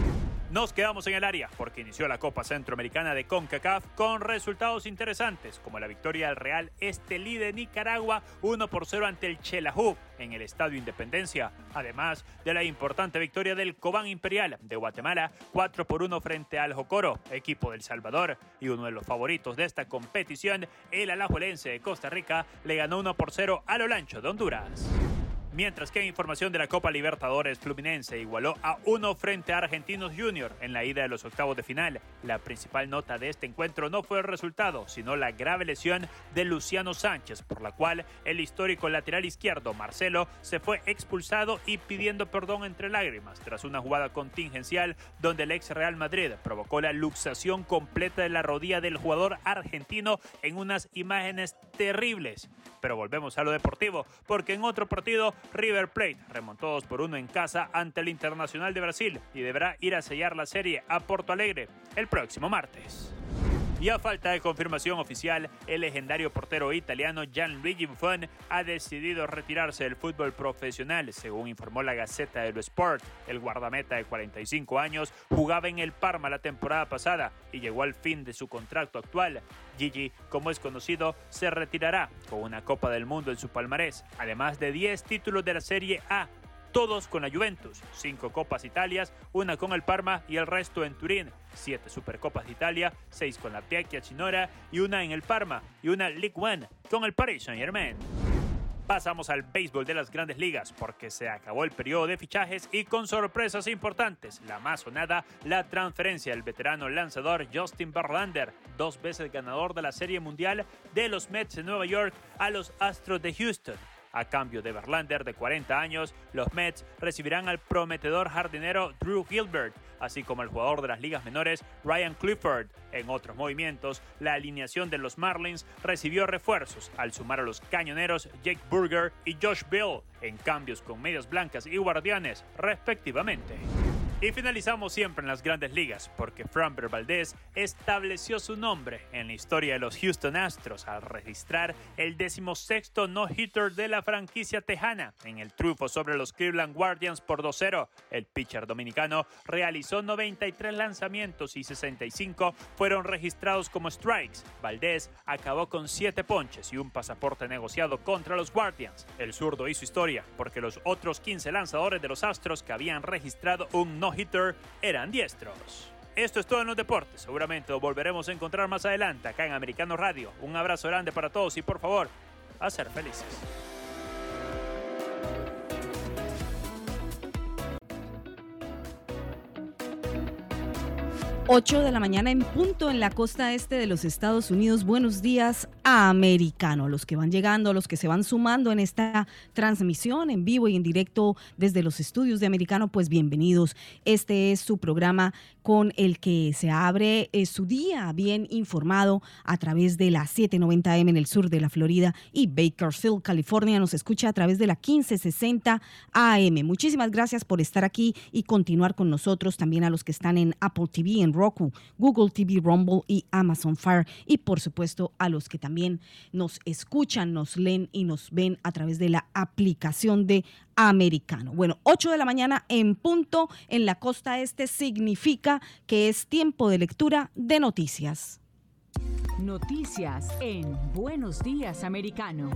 Nos quedamos en el área porque inició la Copa Centroamericana de CONCACAF con resultados interesantes, como la victoria del Real Estelí de Nicaragua uno por cero ante el Xelajú en el Estadio Independencia, además de la importante victoria del Cobán Imperial de Guatemala cuatro por uno frente al Jocoro, equipo del Salvador, y uno de los favoritos de esta competición, el Alajuelense de Costa Rica, le ganó uno por cero al Olancho de Honduras. Mientras que en información de la Copa Libertadores, Fluminense igualó a uno frente a Argentinos Junior en la ida de los octavos de final. La principal nota de este encuentro no fue el resultado, sino la grave lesión de Luciano Sánchez, por la cual el histórico lateral izquierdo Marcelo se fue expulsado y pidiendo perdón entre lágrimas tras una jugada contingencial donde el ex Real Madrid provocó la luxación completa de la rodilla del jugador argentino en unas imágenes terribles. Pero volvemos a lo deportivo, porque en otro partido River Plate remontó dos por uno en casa ante el Internacional de Brasil y deberá ir a sellar la serie a Porto Alegre el próximo martes. Y a falta de confirmación oficial, el legendario portero italiano Gianluigi Buffon ha decidido retirarse del fútbol profesional, según informó la Gazzetta dello Sport. El guardameta de cuarenta y cinco años jugaba en el Parma la temporada pasada y llegó al fin de su contrato actual. Gigi, como es conocido, se retirará con una Copa del Mundo en su palmarés, además de diez títulos de la Serie A, todos con la Juventus, cinco Copas Italias, una con el Parma y el resto en Turín, siete Supercopas de Italia, seis con la Piacenza y una en el Parma, y una Ligue uno con el Paris Saint-Germain. Pasamos al béisbol de las Grandes Ligas porque se acabó el periodo de fichajes y con sorpresas importantes. La más sonada, la transferencia del veterano lanzador Justin Verlander, dos veces ganador de la Serie Mundial de los Mets de Nueva York a los Astros de Houston. A cambio de Verlander, de cuarenta años, los Mets recibirán al prometedor jardinero Drew Gilbert, así como al jugador de las ligas menores Ryan Clifford. En otros movimientos, la alineación de los Marlins recibió refuerzos al sumar a los cañoneros Jake Burger y Josh Bell, en cambios con medias blancas y guardianes, respectivamente. Y finalizamos siempre en las Grandes Ligas porque Framber Valdez estableció su nombre en la historia de los Houston Astros al registrar el decimosexto no-hitter de la franquicia tejana en el triunfo sobre los Cleveland Guardians por dos cero. El pitcher dominicano realizó noventa y tres lanzamientos y sesenta y cinco fueron registrados como strikes. Valdez acabó con siete ponches y un pasaporte negociado contra los Guardians. El zurdo hizo historia porque los otros quince lanzadores de los Astros que habían registrado un no hitter eran diestros. Esto es todo en los deportes. Seguramente lo volveremos a encontrar más adelante acá en Americano Radio. Un abrazo grande para todos y por favor, a ser felices. ocho de la mañana en punto en la costa este de los Estados Unidos. Buenos días, Americano. Los que van llegando, los que se van sumando en esta transmisión en vivo y en directo desde los estudios de Americano, pues bienvenidos. Este es su programa con el que se abre eh, su día bien informado a través de la setecientos noventa eme en el sur de la Florida y Bakersfield, California. Nos escucha a través de la quince sesenta A M. Muchísimas gracias por estar aquí y continuar con nosotros. También a los que están en Apple T V, en Roku, Google T V, Rumble y Amazon Fire, y por supuesto a los que también nos escuchan, nos leen y nos ven a través de la aplicación de Americano. Bueno, ocho de la mañana en punto en la costa este significa que es tiempo de lectura de noticias. Noticias en Buenos Días, Americano.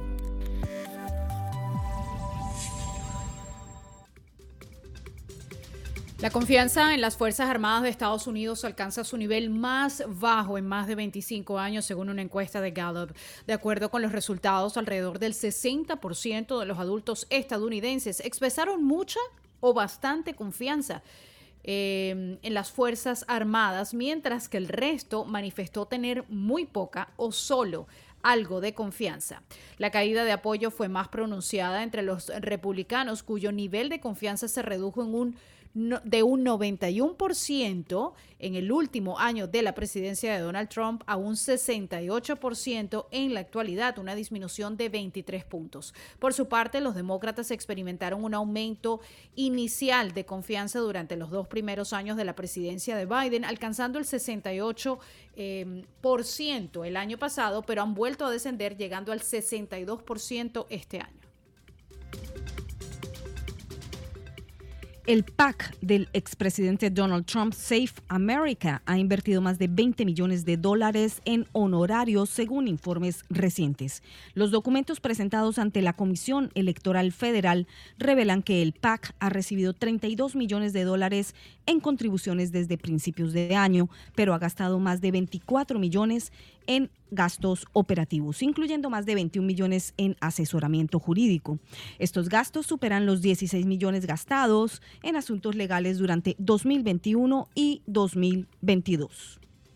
La confianza en las Fuerzas Armadas de Estados Unidos alcanza su nivel más bajo en más de veinticinco años, según una encuesta de Gallup. De acuerdo con los resultados, alrededor del sesenta por ciento de los adultos estadounidenses expresaron mucha o bastante confianza eh, en las Fuerzas Armadas, mientras que el resto manifestó tener muy poca o solo algo de confianza. La caída de apoyo fue más pronunciada entre los republicanos, cuyo nivel de confianza se redujo en un de un noventa y uno por ciento en el último año de la presidencia de Donald Trump a un sesenta y ocho por ciento en la actualidad, una disminución de veintitrés puntos. Por su parte, los demócratas experimentaron un aumento inicial de confianza durante los dos primeros años de la presidencia de Biden, alcanzando el sesenta y ocho por ciento el año pasado, pero han vuelto a descender, llegando al sesenta y dos por ciento este año. El PAC del expresidente Donald Trump, Safe America, ha invertido más de veinte millones de dólares en honorarios, según informes recientes. Los documentos presentados ante la Comisión Electoral Federal revelan que el PAC ha recibido treinta y dos millones de dólares en contribuciones desde principios de año, pero ha gastado más de veinticuatro millones en gastos operativos, incluyendo más de veintiún millones en asesoramiento jurídico. Estos gastos superan los dieciséis millones gastados en asuntos legales durante dos mil veintiuno y dos mil veintidós.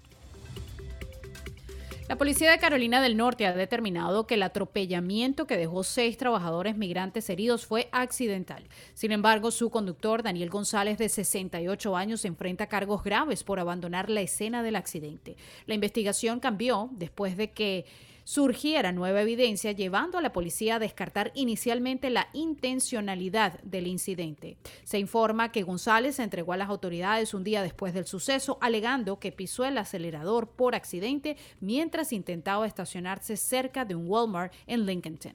La policía de Carolina del Norte ha determinado que el atropellamiento que dejó seis trabajadores migrantes heridos fue accidental. Sin embargo, su conductor, Daniel González, de sesenta y ocho años, enfrenta cargos graves por abandonar la escena del accidente. La investigación cambió después de que surgiera nueva evidencia, llevando a la policía a descartar inicialmente la intencionalidad del incidente. Se informa que González se entregó a las autoridades un día después del suceso, alegando que pisó el acelerador por accidente mientras intentaba estacionarse cerca de un Walmart en Lincolnton.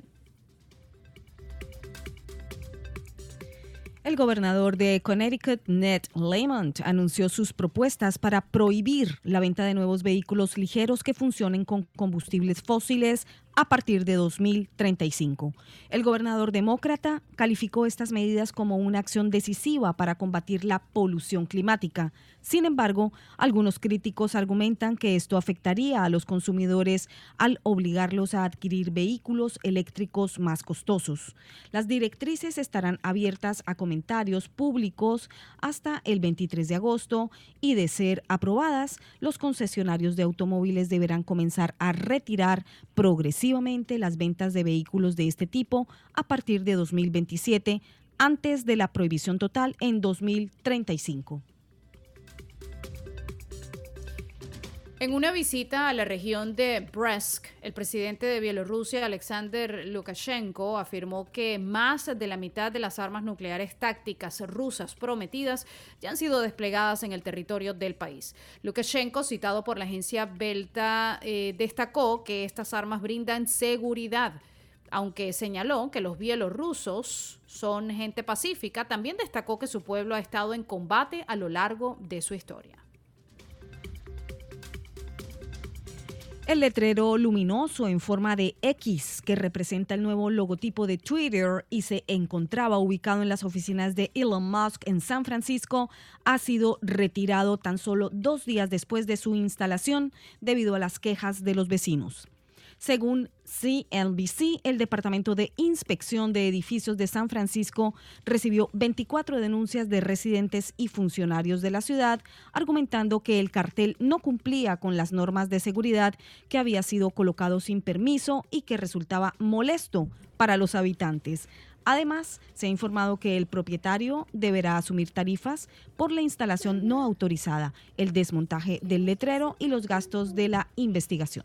El gobernador de Connecticut, Ned Lamont, anunció sus propuestas para prohibir la venta de nuevos vehículos ligeros que funcionen con combustibles fósiles a partir de dos mil treinta y cinco. El gobernador demócrata calificó estas medidas como una acción decisiva para combatir la polución climática. Sin embargo, algunos críticos argumentan que esto afectaría a los consumidores al obligarlos a adquirir vehículos eléctricos más costosos. Las directrices estarán abiertas a comentarios públicos hasta el veintitrés de agosto y, de ser aprobadas, los concesionarios de automóviles deberán comenzar a retirar progresivamente las ventas de vehículos de este tipo a partir de dos mil veintisiete, antes de la prohibición total en dos mil treinta y cinco. En una visita a la región de Bryansk, el presidente de Bielorrusia, Alexander Lukashenko, afirmó que más de la mitad de las armas nucleares tácticas rusas prometidas ya han sido desplegadas en el territorio del país. Lukashenko, citado por la agencia Belta, eh, destacó que estas armas brindan seguridad. Aunque señaló que los bielorrusos son gente pacífica, también destacó que su pueblo ha estado en combate a lo largo de su historia. El letrero luminoso en forma de X, que representa el nuevo logotipo de Twitter y se encontraba ubicado en las oficinas de Elon Musk en San Francisco, ha sido retirado tan solo dos días después de su instalación debido a las quejas de los vecinos. Según C N B C, el Departamento de Inspección de Edificios de San Francisco recibió veinticuatro denuncias de residentes y funcionarios de la ciudad, argumentando que el cartel no cumplía con las normas de seguridad, que había sido colocado sin permiso y que resultaba molesto para los habitantes. Además, se ha informado que el propietario deberá asumir tarifas por la instalación no autorizada, el desmontaje del letrero y los gastos de la investigación.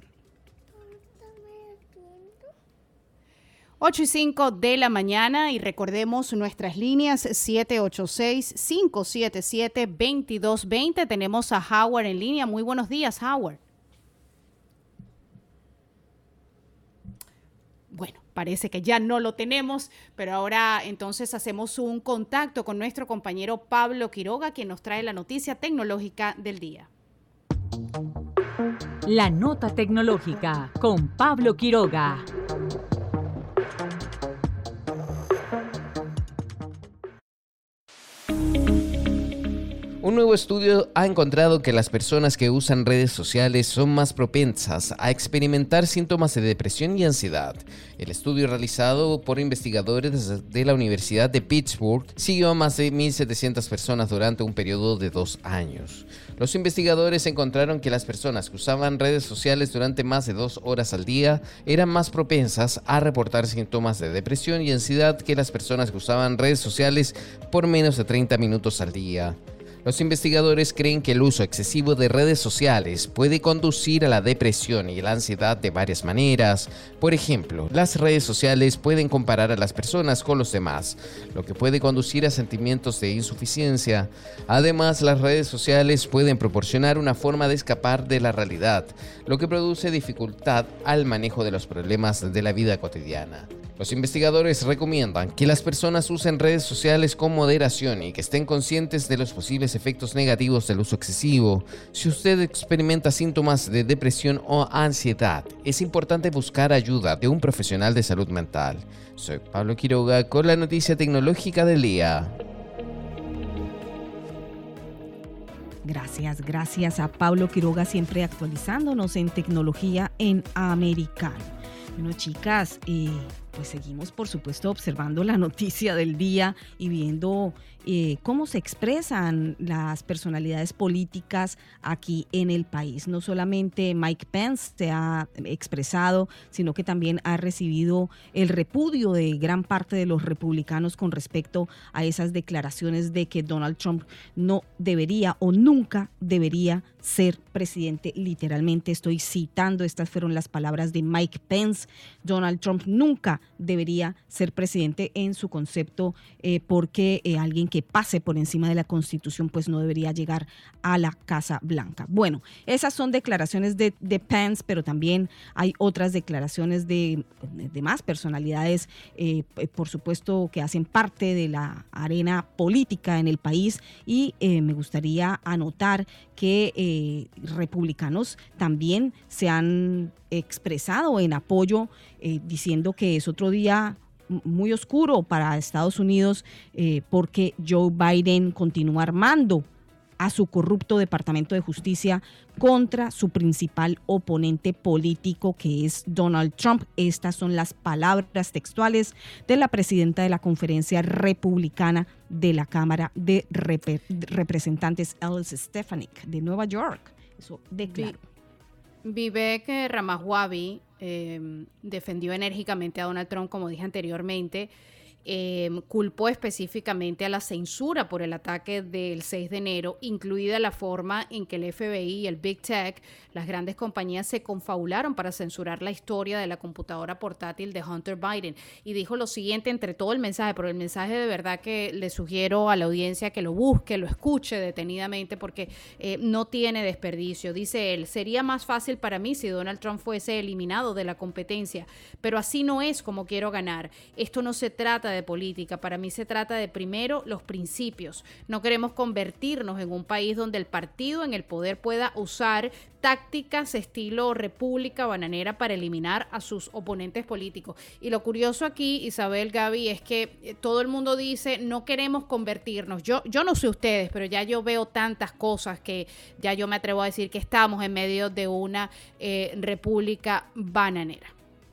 ocho y cinco de la mañana y recordemos nuestras líneas siete ocho seis, cinco siete siete, dos dos dos cero. Tenemos a Howard en línea. Muy buenos días, Howard. Bueno, parece que ya no lo tenemos, pero ahora entonces hacemos un contacto con nuestro compañero Pablo Quiroga, quien nos trae la noticia tecnológica del día. La nota tecnológica con Pablo Quiroga. Un nuevo estudio ha encontrado que las personas que usan redes sociales son más propensas a experimentar síntomas de depresión y ansiedad. El estudio realizado por investigadores de la Universidad de Pittsburgh siguió a más de mil setecientas personas durante un periodo de dos años. Los investigadores encontraron que las personas que usaban redes sociales durante más de dos horas al día eran más propensas a reportar síntomas de depresión y ansiedad que las personas que usaban redes sociales por menos de treinta minutos al día. Los investigadores creen que el uso excesivo de redes sociales puede conducir a la depresión y la ansiedad de varias maneras. Por ejemplo, las redes sociales pueden comparar a las personas con los demás, lo que puede conducir a sentimientos de insuficiencia. Además, las redes sociales pueden proporcionar una forma de escapar de la realidad, lo que produce dificultad al manejo de los problemas de la vida cotidiana. Los investigadores recomiendan que las personas usen redes sociales con moderación y que estén conscientes de los posibles efectos negativos del uso excesivo. Si usted experimenta síntomas de depresión o ansiedad, es importante buscar ayuda de un profesional de salud mental. Soy Pablo Quiroga con la noticia tecnológica del día. Gracias, gracias a Pablo Quiroga, siempre actualizándonos en tecnología en americano. Bueno, chicas, eh, pues seguimos, por supuesto, observando la noticia del día y viendo eh, cómo se expresan las personalidades políticas aquí en el país. No solamente Mike Pence se ha expresado, sino que también ha recibido el repudio de gran parte de los republicanos con respecto a esas declaraciones de que Donald Trump no debería o nunca debería ser presidente. Literalmente estoy citando, estas fueron las palabras de Mike Pence. Donald Trump nunca debería ser presidente en su concepto eh, porque eh, alguien que pase por encima de la Constitución pues no debería llegar a la Casa Blanca. Bueno, esas son declaraciones de, de Pence, pero también hay otras declaraciones de, de más personalidades, eh, por supuesto, que hacen parte de la arena política en el país y eh, me gustaría anotar que eh, republicanos también se han expresado en apoyo, eh, diciendo que es otro día muy oscuro para Estados Unidos eh, porque Joe Biden continúa armando a su corrupto Departamento de Justicia contra su principal oponente político, que es Donald Trump. Estas son las palabras textuales de la presidenta de la Conferencia Republicana de la Cámara de Rep- Representantes, Alice Stefanik, de Nueva York. Eso declaró. Vivek Ramaswamy eh, defendió enérgicamente a Donald Trump, como dije anteriormente. Eh, culpó específicamente a la censura por el ataque del seis de enero, incluida la forma en que el F B I y el Big Tech, las grandes compañías, se confabularon para censurar la historia de la computadora portátil de Hunter Biden. Y dijo lo siguiente entre todo el mensaje, pero el mensaje de verdad que le sugiero a la audiencia que lo busque, lo escuche detenidamente porque eh, no tiene desperdicio. Dice él: sería más fácil para mí si Donald Trump fuese eliminado de la competencia, pero así no es como quiero ganar. Esto no se trata de de política. Para mí se trata de, primero, los principios. No queremos convertirnos en un país donde el partido en el poder pueda usar tácticas estilo república bananera para eliminar a sus oponentes políticos. Y lo curioso aquí, Isabel, Gaby, es que todo el mundo dice no queremos convertirnos. Yo, yo no sé ustedes, pero ya yo veo tantas cosas que ya yo me atrevo a decir que estamos en medio de una eh, república bananera.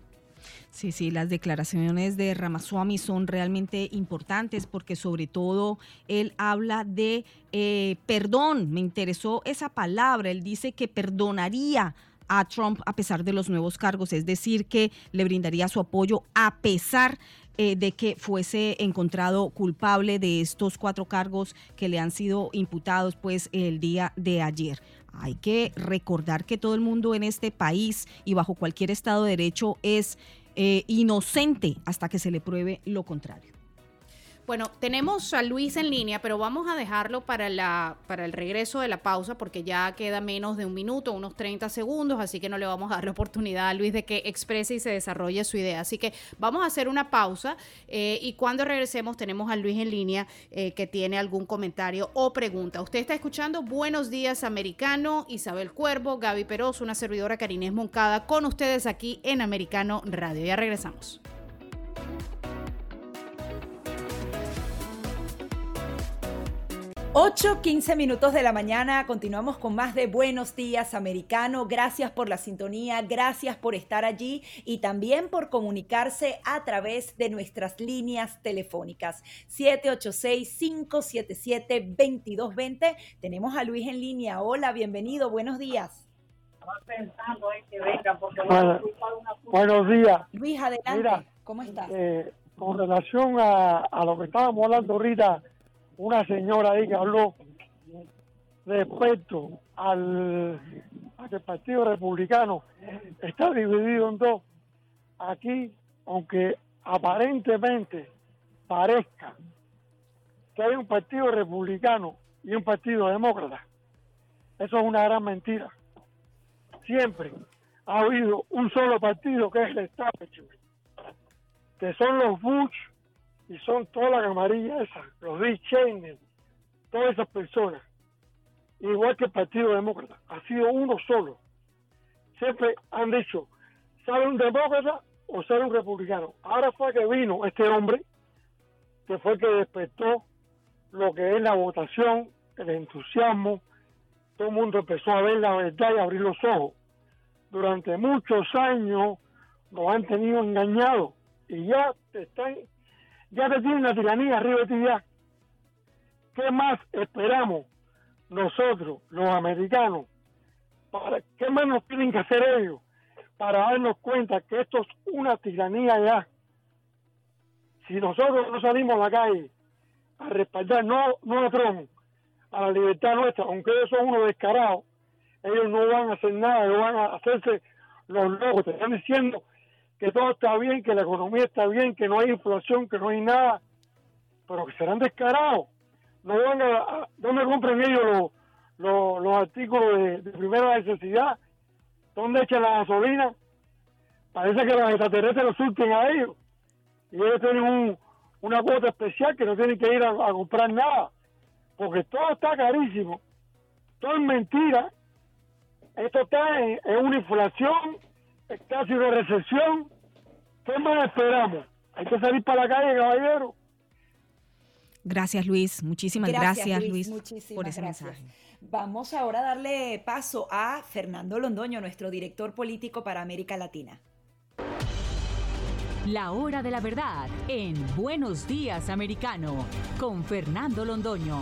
Sí, sí, las declaraciones de Ramaswamy son realmente importantes porque sobre todo él habla de eh, perdón. Me interesó esa palabra. Él dice que perdonaría a Trump a pesar de los nuevos cargos, es decir, que le brindaría su apoyo a pesar eh, de que fuese encontrado culpable de estos cuatro cargos que le han sido imputados pues el día de ayer. Hay que recordar que todo el mundo en este país y bajo cualquier Estado de Derecho es Eh, inocente hasta que se le pruebe lo contrario. Bueno, tenemos a Luis en línea, pero vamos a dejarlo para la para el regreso de la pausa porque ya queda menos de un minuto, unos treinta segundos, así que no le vamos a dar la oportunidad a Luis de que exprese y se desarrolle su idea. Así que vamos a hacer una pausa eh, y cuando regresemos tenemos a Luis en línea eh, que tiene algún comentario o pregunta. Usted está escuchando Buenos Días Americano, Isabel Cuervo, Gaby Peroso, una servidora Karina Moncada, con ustedes aquí en Americano Radio. Ya regresamos. ocho, quince minutos de la mañana, continuamos con más de Buenos Días Americano. Gracias por la sintonía, gracias por estar allí y también por comunicarse a través de nuestras líneas telefónicas. siete ocho seis, cinco siete siete, dos dos dos cero. Tenemos a Luis en línea. Hola, bienvenido, buenos días. Bueno, buenos días. Luis, adelante. Mira, ¿cómo estás? Eh, con relación a, a lo que estábamos hablando ahorita, una señora ahí que habló respecto al a que el Partido Republicano está dividido en dos. Aquí, aunque aparentemente parezca que hay un Partido Republicano y un Partido Demócrata, eso es una gran mentira. Siempre ha habido un solo partido, que es el establishment, que son los Bush y son toda la camarilla esa, los Dick Cheney, todas esas personas, igual que el Partido Demócrata, ha sido uno solo. Siempre han dicho, ¿sale un demócrata o sale un republicano? Ahora fue que vino este hombre, que fue el que despertó lo que es la votación, el entusiasmo, todo el mundo empezó a ver la verdad y a abrir los ojos. Durante muchos años nos han tenido engañados y ya te están, ya te tienen la tiranía arriba de ti ya. ¿Qué más esperamos nosotros, los americanos? Para, ¿qué más nos tienen que hacer ellos para darnos cuenta que esto es una tiranía ya? Si nosotros no salimos a la calle a respaldar, no, no a Trump, a la libertad nuestra, aunque ellos son unos descarados, ellos no van a hacer nada, no van a hacerse los locos. Te están diciendo que todo está bien, que la economía está bien, que no hay inflación, que no hay nada, pero que serán descarados. No van a, a ¿dónde compran ellos los, los, los artículos de, de primera necesidad? ¿Dónde echan la gasolina? Parece que los extraterrestres los surten a ellos. Y ellos tienen un, una cuota especial que no tienen que ir a, a comprar nada, porque todo está carísimo. Todo es mentira. Esto está en, en una inflación, es casi una recesión. ¿Qué más esperamos? Hay que salir para la calle, caballero. Gracias, Luis. Muchísimas gracias, gracias Luis, Luis por ese gracias. mensaje. Vamos ahora a darle paso a Fernando Londoño, nuestro director político para América Latina. La hora de la verdad en Buenos Días Americano con Fernando Londoño.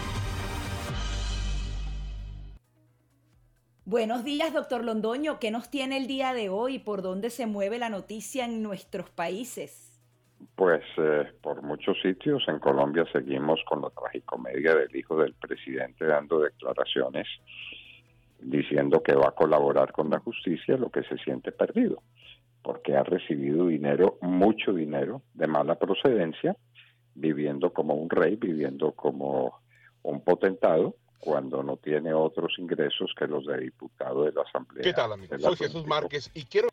Buenos días, doctor Londoño. ¿Qué nos tiene el día de hoy? ¿Por dónde se mueve la noticia en nuestros países? Pues eh, por muchos sitios. En Colombia seguimos con la tragicomedia del hijo del presidente dando declaraciones diciendo que va a colaborar con la justicia, lo que se siente perdido, porque ha recibido dinero, mucho dinero de mala procedencia, viviendo como un rey, viviendo como un potentado, cuando no tiene otros ingresos que los de diputado de la Asamblea. ¿Qué tal, amigo? Soy Jesús Márquez y quiero...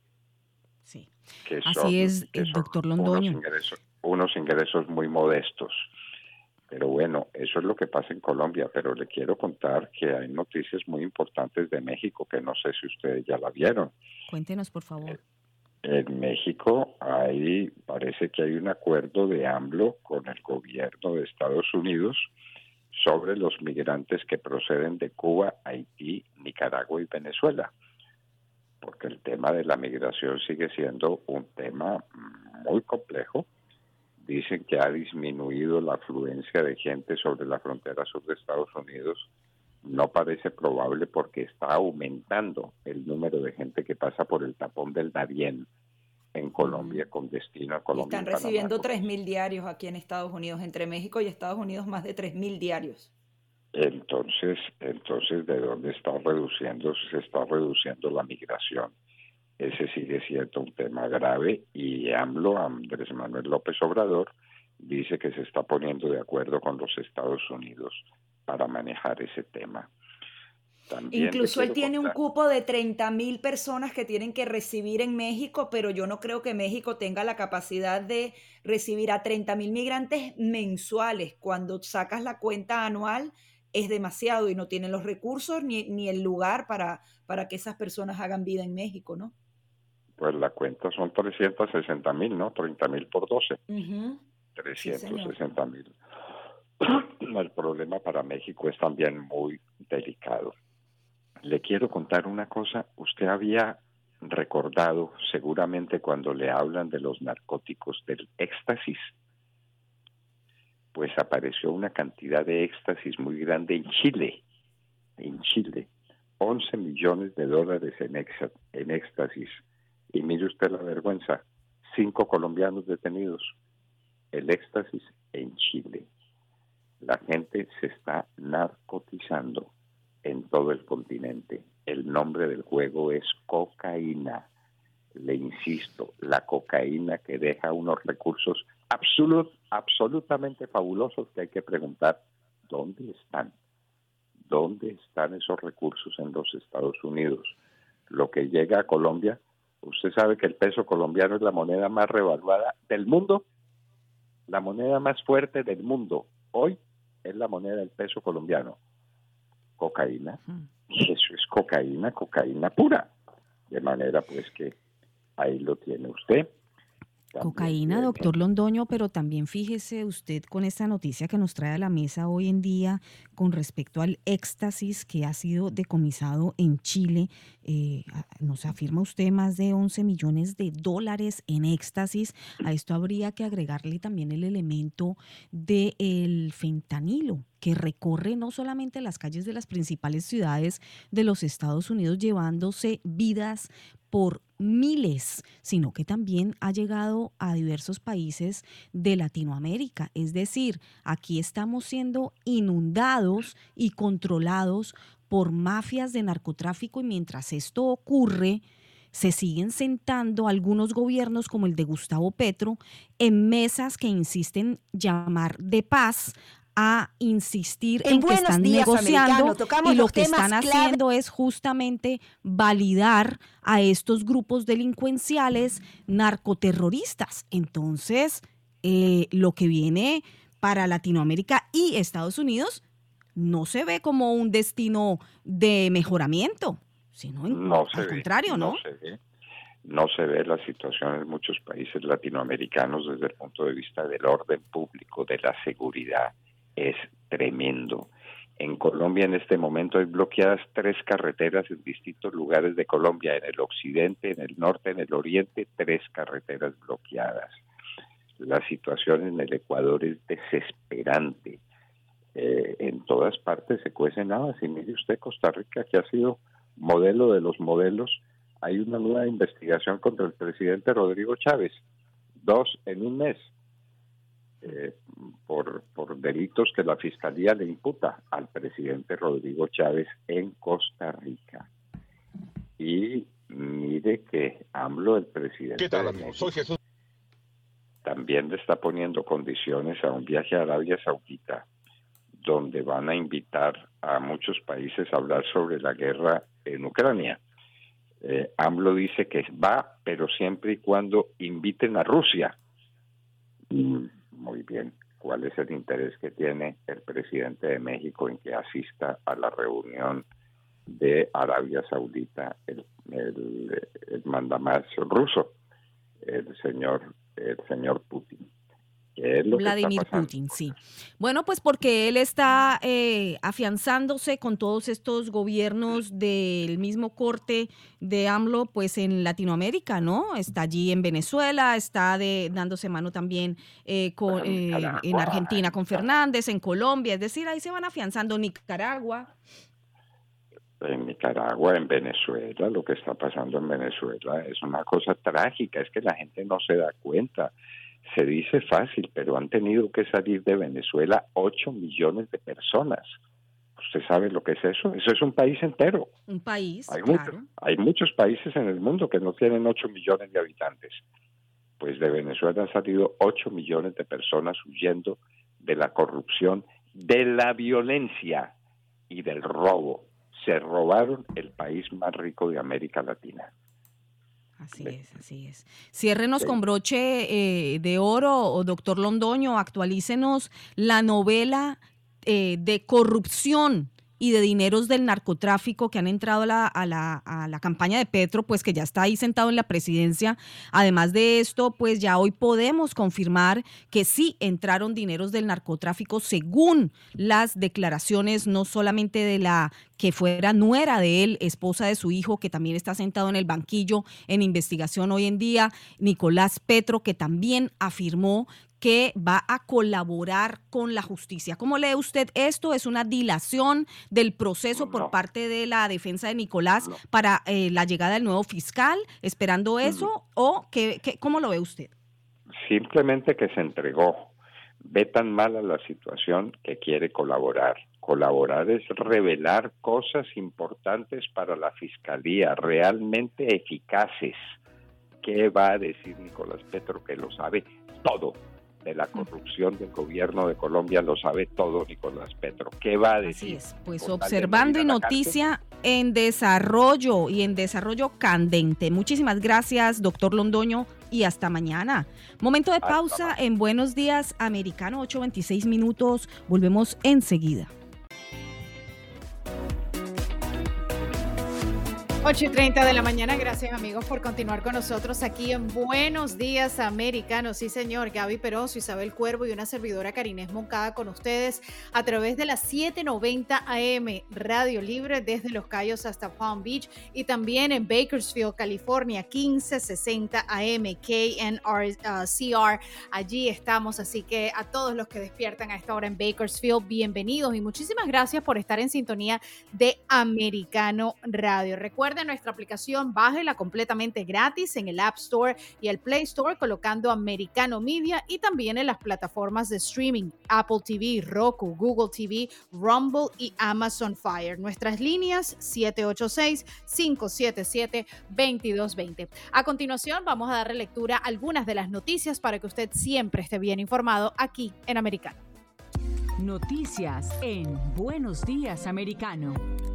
Sí, que así son, es, el doctor Londoño. Unos ingresos, unos ingresos muy modestos. Pero bueno, eso es lo que pasa en Colombia, pero le quiero contar que hay noticias muy importantes de México que no sé si ustedes ya la vieron. Cuéntenos, por favor. En México hay, parece que hay un acuerdo de AMLO con el gobierno de Estados Unidos sobre los migrantes que proceden de Cuba, Haití, Nicaragua y Venezuela, porque el tema de la migración sigue siendo un tema muy complejo. Dicen que ha disminuido la afluencia de gente sobre la frontera sur de Estados Unidos. No parece probable porque está aumentando el número de gente que pasa por el tapón del Darién en Colombia, con destino a Colombia. Están recibiendo tres mil diarios aquí en Estados Unidos, entre México y Estados Unidos más de tres mil diarios. Entonces, entonces, ¿de dónde está reduciendo? Se está reduciendo la migración. Ese sigue siendo un tema grave y AMLO, Andrés Manuel López Obrador, dice que se está poniendo de acuerdo con los Estados Unidos para manejar ese tema. También Incluso él tiene contar. un cupo de treinta mil personas que tienen que recibir en México, pero yo no creo que México tenga la capacidad de recibir a treinta mil migrantes mensuales. Cuando sacas la cuenta anual es demasiado y no tienen los recursos ni, ni el lugar para, para que esas personas hagan vida en México, ¿no? Pues la cuenta son trescientos sesenta mil, ¿no? treinta mil por doce. Uh-huh. trescientos sesenta mil. el problema para México es también muy delicado. Le quiero contar una cosa. Usted había recordado seguramente cuando le hablan de los narcóticos del éxtasis, pues apareció una cantidad de éxtasis muy grande en Chile, en Chile, once millones de dólares en, exa, en éxtasis. Y mire usted la vergüenza, cinco colombianos detenidos, el éxtasis en Chile. La gente se está narcotizando en todo el continente. El nombre del juego es cocaína. Le insisto, la cocaína que deja unos recursos absolut, absolutamente fabulosos que hay que preguntar, ¿dónde están? ¿Dónde están esos recursos en los Estados Unidos? Lo que llega a Colombia, usted sabe que el peso colombiano es la moneda más revaluada del mundo, la moneda más fuerte del mundo. Hoy es la moneda del peso colombiano. Cocaína. Y eso es cocaína, cocaína pura. De manera pues que ahí lo tiene usted. También Cocaína, tiene... doctor Londoño, pero también fíjese usted con esta noticia que nos trae a la mesa hoy en día con respecto al éxtasis que ha sido decomisado en Chile. Eh, nos afirma usted más de once millones de dólares en éxtasis. A esto habría que agregarle también el elemento del fentanilo, que recorre no solamente las calles de las principales ciudades de los Estados Unidos llevándose vidas por miles, sino que también ha llegado a diversos países de Latinoamérica. Es decir, aquí estamos siendo inundados y controlados por mafias de narcotráfico y mientras esto ocurre, se siguen sentando algunos gobiernos como el de Gustavo Petro en mesas que insisten llamar de paz, a insistir en, en que están negociando y lo que están clave. haciendo es justamente validar a estos grupos delincuenciales narcoterroristas. Entonces, eh, lo que viene para Latinoamérica y Estados Unidos no se ve como un destino de mejoramiento, sino en, no se al ve, contrario, ¿no? No se ve. No se ve la situación en muchos países latinoamericanos desde el punto de vista del orden público, de la seguridad. Es tremendo. En Colombia en este momento hay bloqueadas tres carreteras en distintos lugares de Colombia, en el occidente, en el norte, en el oriente, tres carreteras bloqueadas. La situación en el Ecuador es desesperante. Eh, en todas partes se cuecen habas. Y mire usted, Costa Rica, que ha sido modelo de los modelos, hay una nueva investigación contra el presidente Rodrigo Chávez, dos en un mes. Eh, por, por delitos que la Fiscalía le imputa al presidente Rodrigo Chávez en Costa Rica. Y mire que AMLO, el presidente ¿Qué tal, de amigo? México, Soy Jesús. también le está poniendo condiciones a un viaje a Arabia Saudita, donde van a invitar a muchos países a hablar sobre la guerra en Ucrania. Eh, AMLO dice que va, pero siempre y cuando inviten a Rusia. Mm. Muy bien, ¿cuál es el interés que tiene el presidente de México en que asista a la reunión de Arabia Saudita, el, el, el mandamás ruso, el señor, el señor Putin? ¿Qué es lo Vladimir que está pasando? Putin, sí. Bueno, pues porque él está eh, afianzándose con todos estos gobiernos del mismo corte de AMLO, pues en Latinoamérica, ¿no? Está allí en Venezuela, está de, dándose mano también eh, con, eh, en Argentina con Fernández, en Colombia, es decir, ahí se van afianzando. Nicaragua. En Nicaragua, en Venezuela, lo que está pasando en Venezuela es una cosa trágica, es que la gente no se da cuenta. Se dice fácil, pero han tenido que salir de Venezuela ocho millones de personas. ¿Usted sabe lo que es eso? Eso es un país entero. Un país, hay claro. Mucho, hay muchos países en el mundo que no tienen ocho millones de habitantes. Pues de Venezuela han salido ocho millones de personas huyendo de la corrupción, de la violencia y del robo. Se robaron el país más rico de América Latina. Así es, así es. Ciérrenos sí. con broche eh, de oro, o doctor Londoño, actualícenos la novela eh, de corrupción y de dineros del narcotráfico que han entrado a la, a la, a la campaña de Petro, pues que ya está ahí sentado en la presidencia. Además de esto, pues ya hoy podemos confirmar que sí entraron dineros del narcotráfico según las declaraciones, no solamente de la que fuera nuera de él, esposa de su hijo, que también está sentado en el banquillo en investigación hoy en día, Nicolás Petro, que también afirmó que va a colaborar con la justicia. ¿Cómo lee usted esto? ¿Es una dilación del proceso no. por parte de la defensa de Nicolás no. para eh, la llegada del nuevo fiscal, esperando eso? Mm. ¿O qué, qué, cómo lo ve usted? Simplemente que se entregó. Ve tan mala la situación que quiere colaborar. Colaborar es revelar cosas importantes para la fiscalía, realmente eficaces. ¿Qué va a decir Nicolás Petro, que lo sabe todo? De la corrupción del gobierno de Colombia lo sabe todo Nicolás Petro. ¿Qué va a decir? Así es, pues observando y noticia en desarrollo y en desarrollo candente. Muchísimas gracias, doctor Londoño, y hasta mañana. Momento de pausa en Buenos Días Americano, ocho veintiséis minutos. Volvemos enseguida. ocho y treinta de la mañana, gracias amigos por continuar con nosotros aquí en Buenos Días Americanos. Sí señor, Gaby Peroso, Isabel Cuervo y una servidora Karines Moncada con ustedes a través de las siete noventa A M Radio Libre desde Los Cayos hasta Palm Beach y también en Bakersfield, California, quince sesenta A M K N R C R. Allí estamos, así que a todos los que despiertan a esta hora en Bakersfield, bienvenidos y muchísimas gracias por estar en sintonía de Americano Radio. Recuerden nuestra aplicación, bájela completamente gratis en el App Store y el Play Store colocando Americano Media y también en las plataformas de streaming Apple T V, Roku, Google T V, Rumble y Amazon Fire. Nuestras líneas siete ocho seis, cinco siete siete, dos dos dos cero. A continuación vamos a darle lectura a algunas de las noticias para que usted siempre esté bien informado aquí en Americano. Noticias en Buenos Días Americano.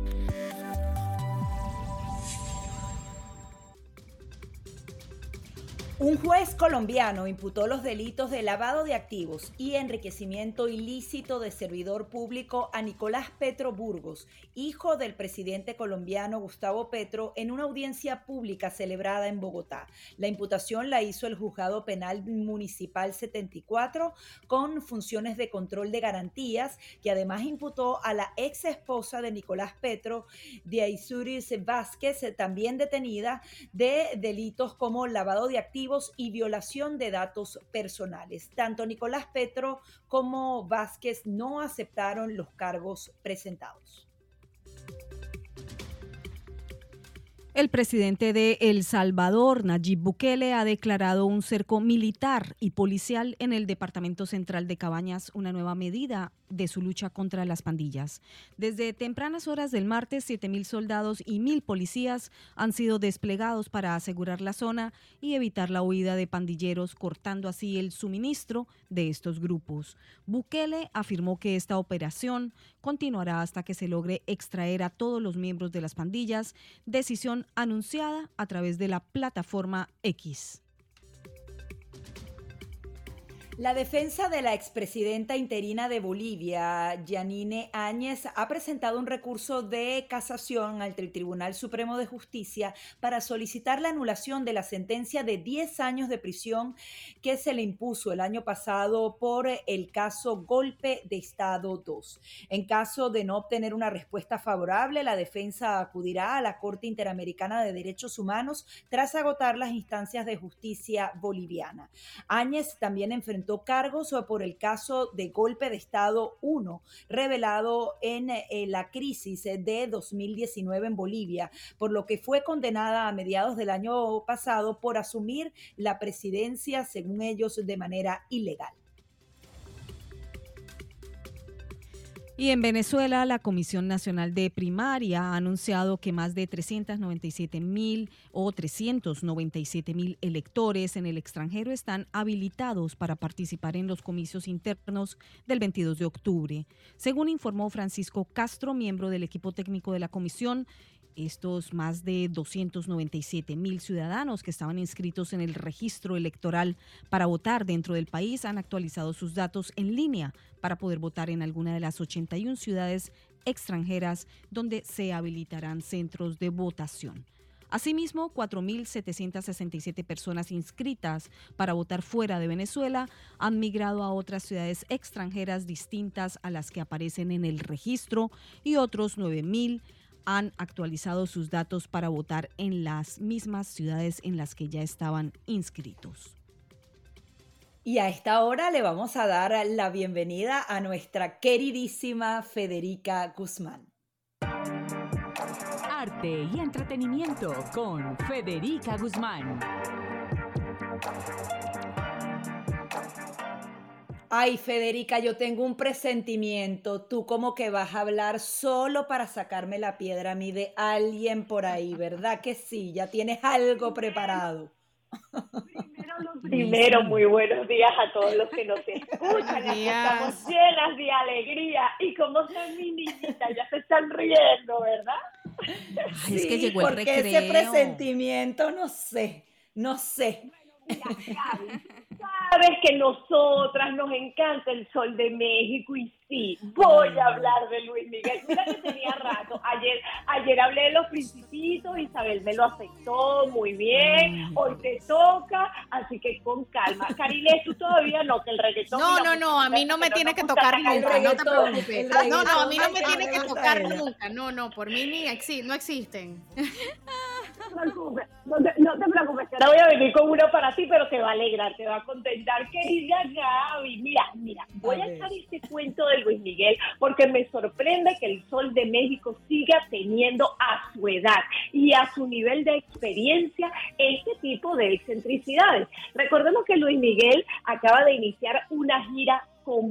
Un juez colombiano imputó los delitos de lavado de activos y enriquecimiento ilícito de servidor público a Nicolás Petro Burgos, hijo del presidente colombiano Gustavo Petro, en una audiencia pública celebrada en Bogotá. La imputación la hizo el Juzgado Penal Municipal setenta y cuatro con funciones de control de garantías, que además imputó a la ex esposa de Nicolás Petro, Diaisuris Vázquez, también detenida, de delitos como lavado de activos y violación de datos personales. Tanto Nicolás Petro como Vázquez no aceptaron los cargos presentados. El presidente de El Salvador, Nayib Bukele, ha declarado un cerco militar y policial en el departamento central de Cabañas, una nueva medida de su lucha contra las pandillas. Desde tempranas horas del martes, siete mil soldados y mil policías han sido desplegados para asegurar la zona y evitar la huida de pandilleros, cortando así el suministro de estos grupos. Bukele afirmó que esta operación continuará hasta que se logre extraer a todos los miembros de las pandillas, decisión anunciada a través de la plataforma X. La defensa de la expresidenta interina de Bolivia, Yanine Áñez, ha presentado un recurso de casación ante el Tribunal Supremo de Justicia para solicitar la anulación de la sentencia de diez años de prisión que se le impuso el año pasado por el caso Golpe de Estado dos. En caso de no obtener una respuesta favorable, la defensa acudirá a la Corte Interamericana de Derechos Humanos tras agotar las instancias de justicia boliviana. Áñez también enfrentó cargos por el caso de Golpe de Estado uno, revelado en eh, la crisis de dos mil diecinueve en Bolivia, por lo que fue condenada a mediados del año pasado por asumir la presidencia, según ellos, de manera ilegal. Y en Venezuela, la Comisión Nacional de Primaria ha anunciado que más de trescientos noventa y siete mil o trescientos noventa y siete mil electores en el extranjero están habilitados para participar en los comicios internos del veintidós de octubre. Según informó Francisco Castro, miembro del equipo técnico de la comisión, Estos más de doscientos noventa y siete mil ciudadanos que estaban inscritos en el registro electoral para votar dentro del país han actualizado sus datos en línea para poder votar en alguna de las ochenta y una ciudades extranjeras donde se habilitarán centros de votación. Asimismo, cuatro mil setecientas sesenta y siete personas inscritas para votar fuera de Venezuela han migrado a otras ciudades extranjeras distintas a las que aparecen en el registro y otros nueve mil han actualizado sus datos para votar en las mismas ciudades en las que ya estaban inscritos. Y a esta hora le vamos a dar la bienvenida a nuestra queridísima Federica Guzmán. Arte y entretenimiento con Federica Guzmán. Ay, Federica, yo tengo un presentimiento. Tú como que vas a hablar solo para sacarme la piedra a mí de alguien por ahí, ¿verdad que sí? Ya tienes algo preparado. Primero, lo primero, muy buenos días a todos los que nos escuchan. Aquí estamos llenas de alegría. Y como son mi niñita, ya se están riendo, ¿verdad? Ay, sí, es que llegó el porque recreo. Ese presentimiento, no sé, no sé. Mira, Gaby, sabes que nosotras nos encanta el Sol de México y sí, voy a hablar de Luis Miguel. Mira que tenía rato. Ayer, ayer hablé de Los Principitos, Isabel me lo aceptó muy bien. Hoy te toca, así que con calma. Carilés, tú todavía no, que el reggaetón... No, no, no, a mí no me tiene que tocar nunca, no te preocupes. No, no, a mí no me tiene que tocar nunca. No, no, por mí ni exi- no existen. No te preocupes, no te, no te preocupes, que ahora voy a venir con uno para ti, pero te va a alegrar, te va a contentar, querida Gaby. Mira, mira, voy a echar este cuento de Luis Miguel porque me sorprende que el Sol de México siga teniendo a su edad y a su nivel de experiencia este tipo de excentricidades. Recordemos que Luis Miguel acaba de iniciar una gira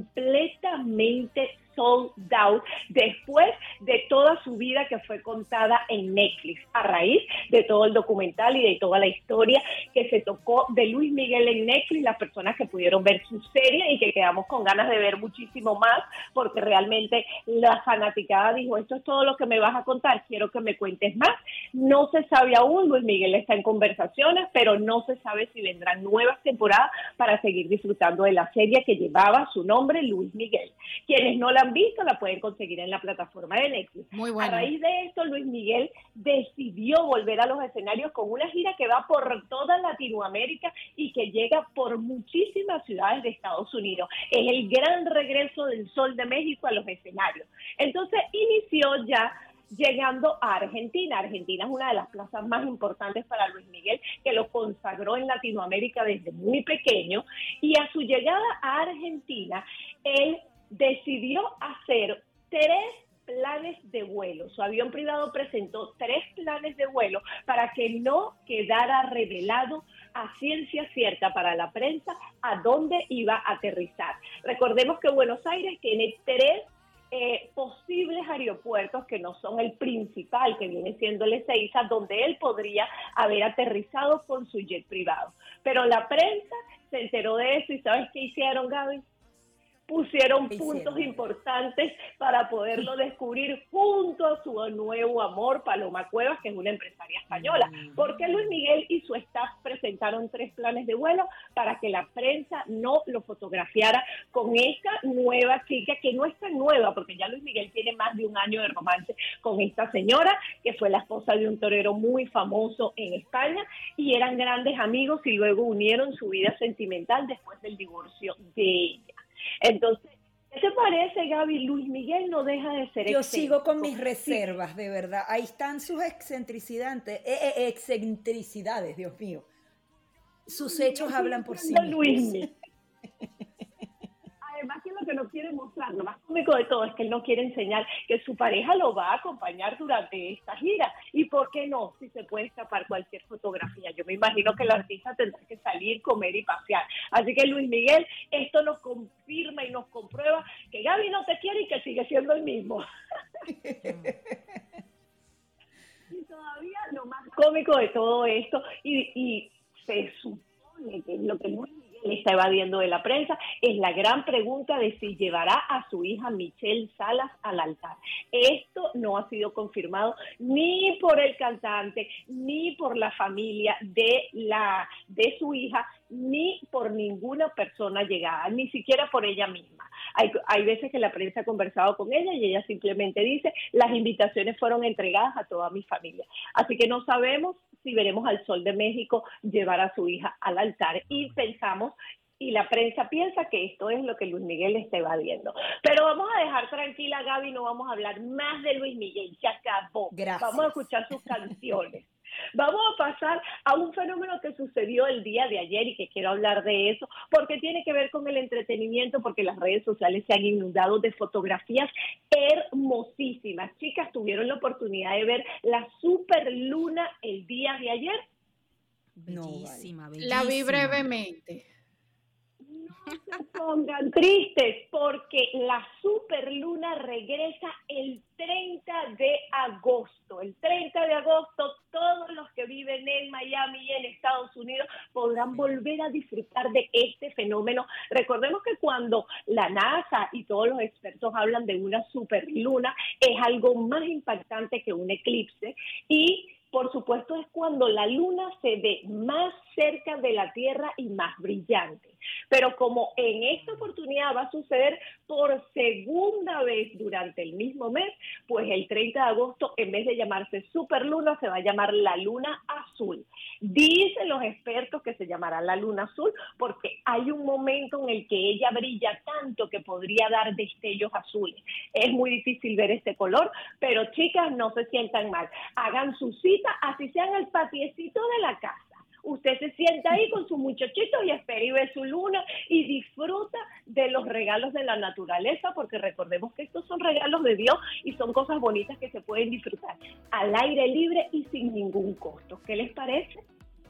completamente sold out después de toda su vida que fue contada en Netflix, a raíz de todo el documental y de toda la historia que se tocó de Luis Miguel en Netflix, las personas que pudieron ver su serie y que quedamos con ganas de ver muchísimo más, porque realmente la fanaticada dijo, esto es todo lo que me vas a contar, quiero que me cuentes más. No se sabe aún, Luis Miguel está en conversaciones, pero no se sabe si vendrán nuevas temporadas para seguir disfrutando de la serie que llevaba su nombre, Luis Miguel. Quienes no la han visto la pueden conseguir en la plataforma de Netflix. Muy bueno. A raíz de esto, Luis Miguel decidió volver a los escenarios con una gira que va por toda Latinoamérica y que llega por muchísimas ciudades de Estados Unidos. Es el gran regreso del Sol de México a los escenarios. Entonces, inició ya llegando a Argentina. Argentina es una de las plazas más importantes para Luis Miguel, que lo consagró en Latinoamérica desde muy pequeño, y a su llegada a Argentina, él decidió hacer tres planes de vuelo. Su avión privado presentó tres planes de vuelo para que no quedara revelado a ciencia cierta para la prensa a dónde iba a aterrizar. Recordemos que Buenos Aires tiene tres Eh, posibles aeropuertos que no son el principal, que viene siendo el Ezeiza, donde él podría haber aterrizado con su jet privado. Pero la prensa se enteró de eso y ¿sabes qué hicieron, Gaby? Pusieron puntos importantes para poderlo descubrir junto a su nuevo amor, Paloma Cuevas, que es una empresaria española. Porque Luis Miguel y su staff presentaron tres planes de vuelo para que la prensa no lo fotografiara con esta nueva chica, que no es tan nueva, porque ya Luis Miguel tiene más de un año de romance con esta señora, que fue la esposa de un torero muy famoso en España, y eran grandes amigos y luego unieron su vida sentimental después del divorcio de ella. Entonces, ¿qué te parece, Gaby? Luis Miguel no deja de ser Yo excéntrico. sigo con mis reservas, de verdad. Ahí están sus excentricidades, eh, eh, excentricidades, Dios mío. Sus hechos hablan por sí mismos. Además que lo que no quiere mostrar, lo más cómico de todo es que él no quiere enseñar que su pareja lo va a acompañar durante esta gira. ¿Y por qué no? Si se puede escapar cualquier fotografía. Yo me imagino que el artista tendrá que salir, comer y pasear. Así que Luis Miguel, esto nos confirma y nos comprueba que Gaby no te quiere y que sigue siendo el mismo. Y todavía lo más cómico de todo esto, y, y se supone que lo que Luis Miguel está evadiendo de la prensa es la gran pregunta de si llevará a su hija Michelle Salas al altar. Esto no ha sido confirmado ni por el cantante, ni por la familia de, la, de su hija, ni por ninguna persona llegada, ni siquiera por ella misma. Hay, hay veces que la prensa ha conversado con ella y ella simplemente dice, las invitaciones fueron entregadas a toda mi familia. Así que no sabemos si veremos al Sol de México llevar a su hija al altar, y pensamos, y la prensa piensa que esto es lo que Luis Miguel está evadiendo. Pero vamos a dejar tranquila a Gaby, no vamos a hablar más de Luis Miguel, se acabó. Gracias. Vamos a escuchar sus canciones. Vamos a pasar a un fenómeno que sucedió el día de ayer y que quiero hablar de eso porque tiene que ver con el entretenimiento, porque las redes sociales se han inundado de fotografías hermosísimas. Chicas, ¿tuvieron la oportunidad de ver la superluna el día de ayer? Bellísima, bellísima. La vi brevemente. No se pongan tristes porque la superluna regresa el treinta de agosto. El treinta de agosto todos los que viven en Miami y en Estados Unidos podrán volver a disfrutar de este fenómeno. Recordemos que cuando la NASA y todos los expertos hablan de una superluna es algo más impactante que un eclipse, y por supuesto es cuando la luna se ve más cerca de la Tierra y más brillante. Pero como en esta oportunidad va a suceder por segunda vez durante el mismo mes, pues el treinta de agosto, en vez de llamarse superluna, se va a llamar la luna azul. Dicen los expertos que se llamará la luna azul porque hay un momento en el que ella brilla tanto que podría dar destellos azules. Es muy difícil ver este color, pero chicas, no se sientan mal. Hagan su cita, así sea en el patiecito de la casa. Usted se sienta ahí con sus muchachitos y espera y ve su luna y disfruta de los regalos de la naturaleza, porque recordemos que estos son regalos de Dios y son cosas bonitas que se pueden disfrutar al aire libre y sin ningún costo. ¿Qué les parece?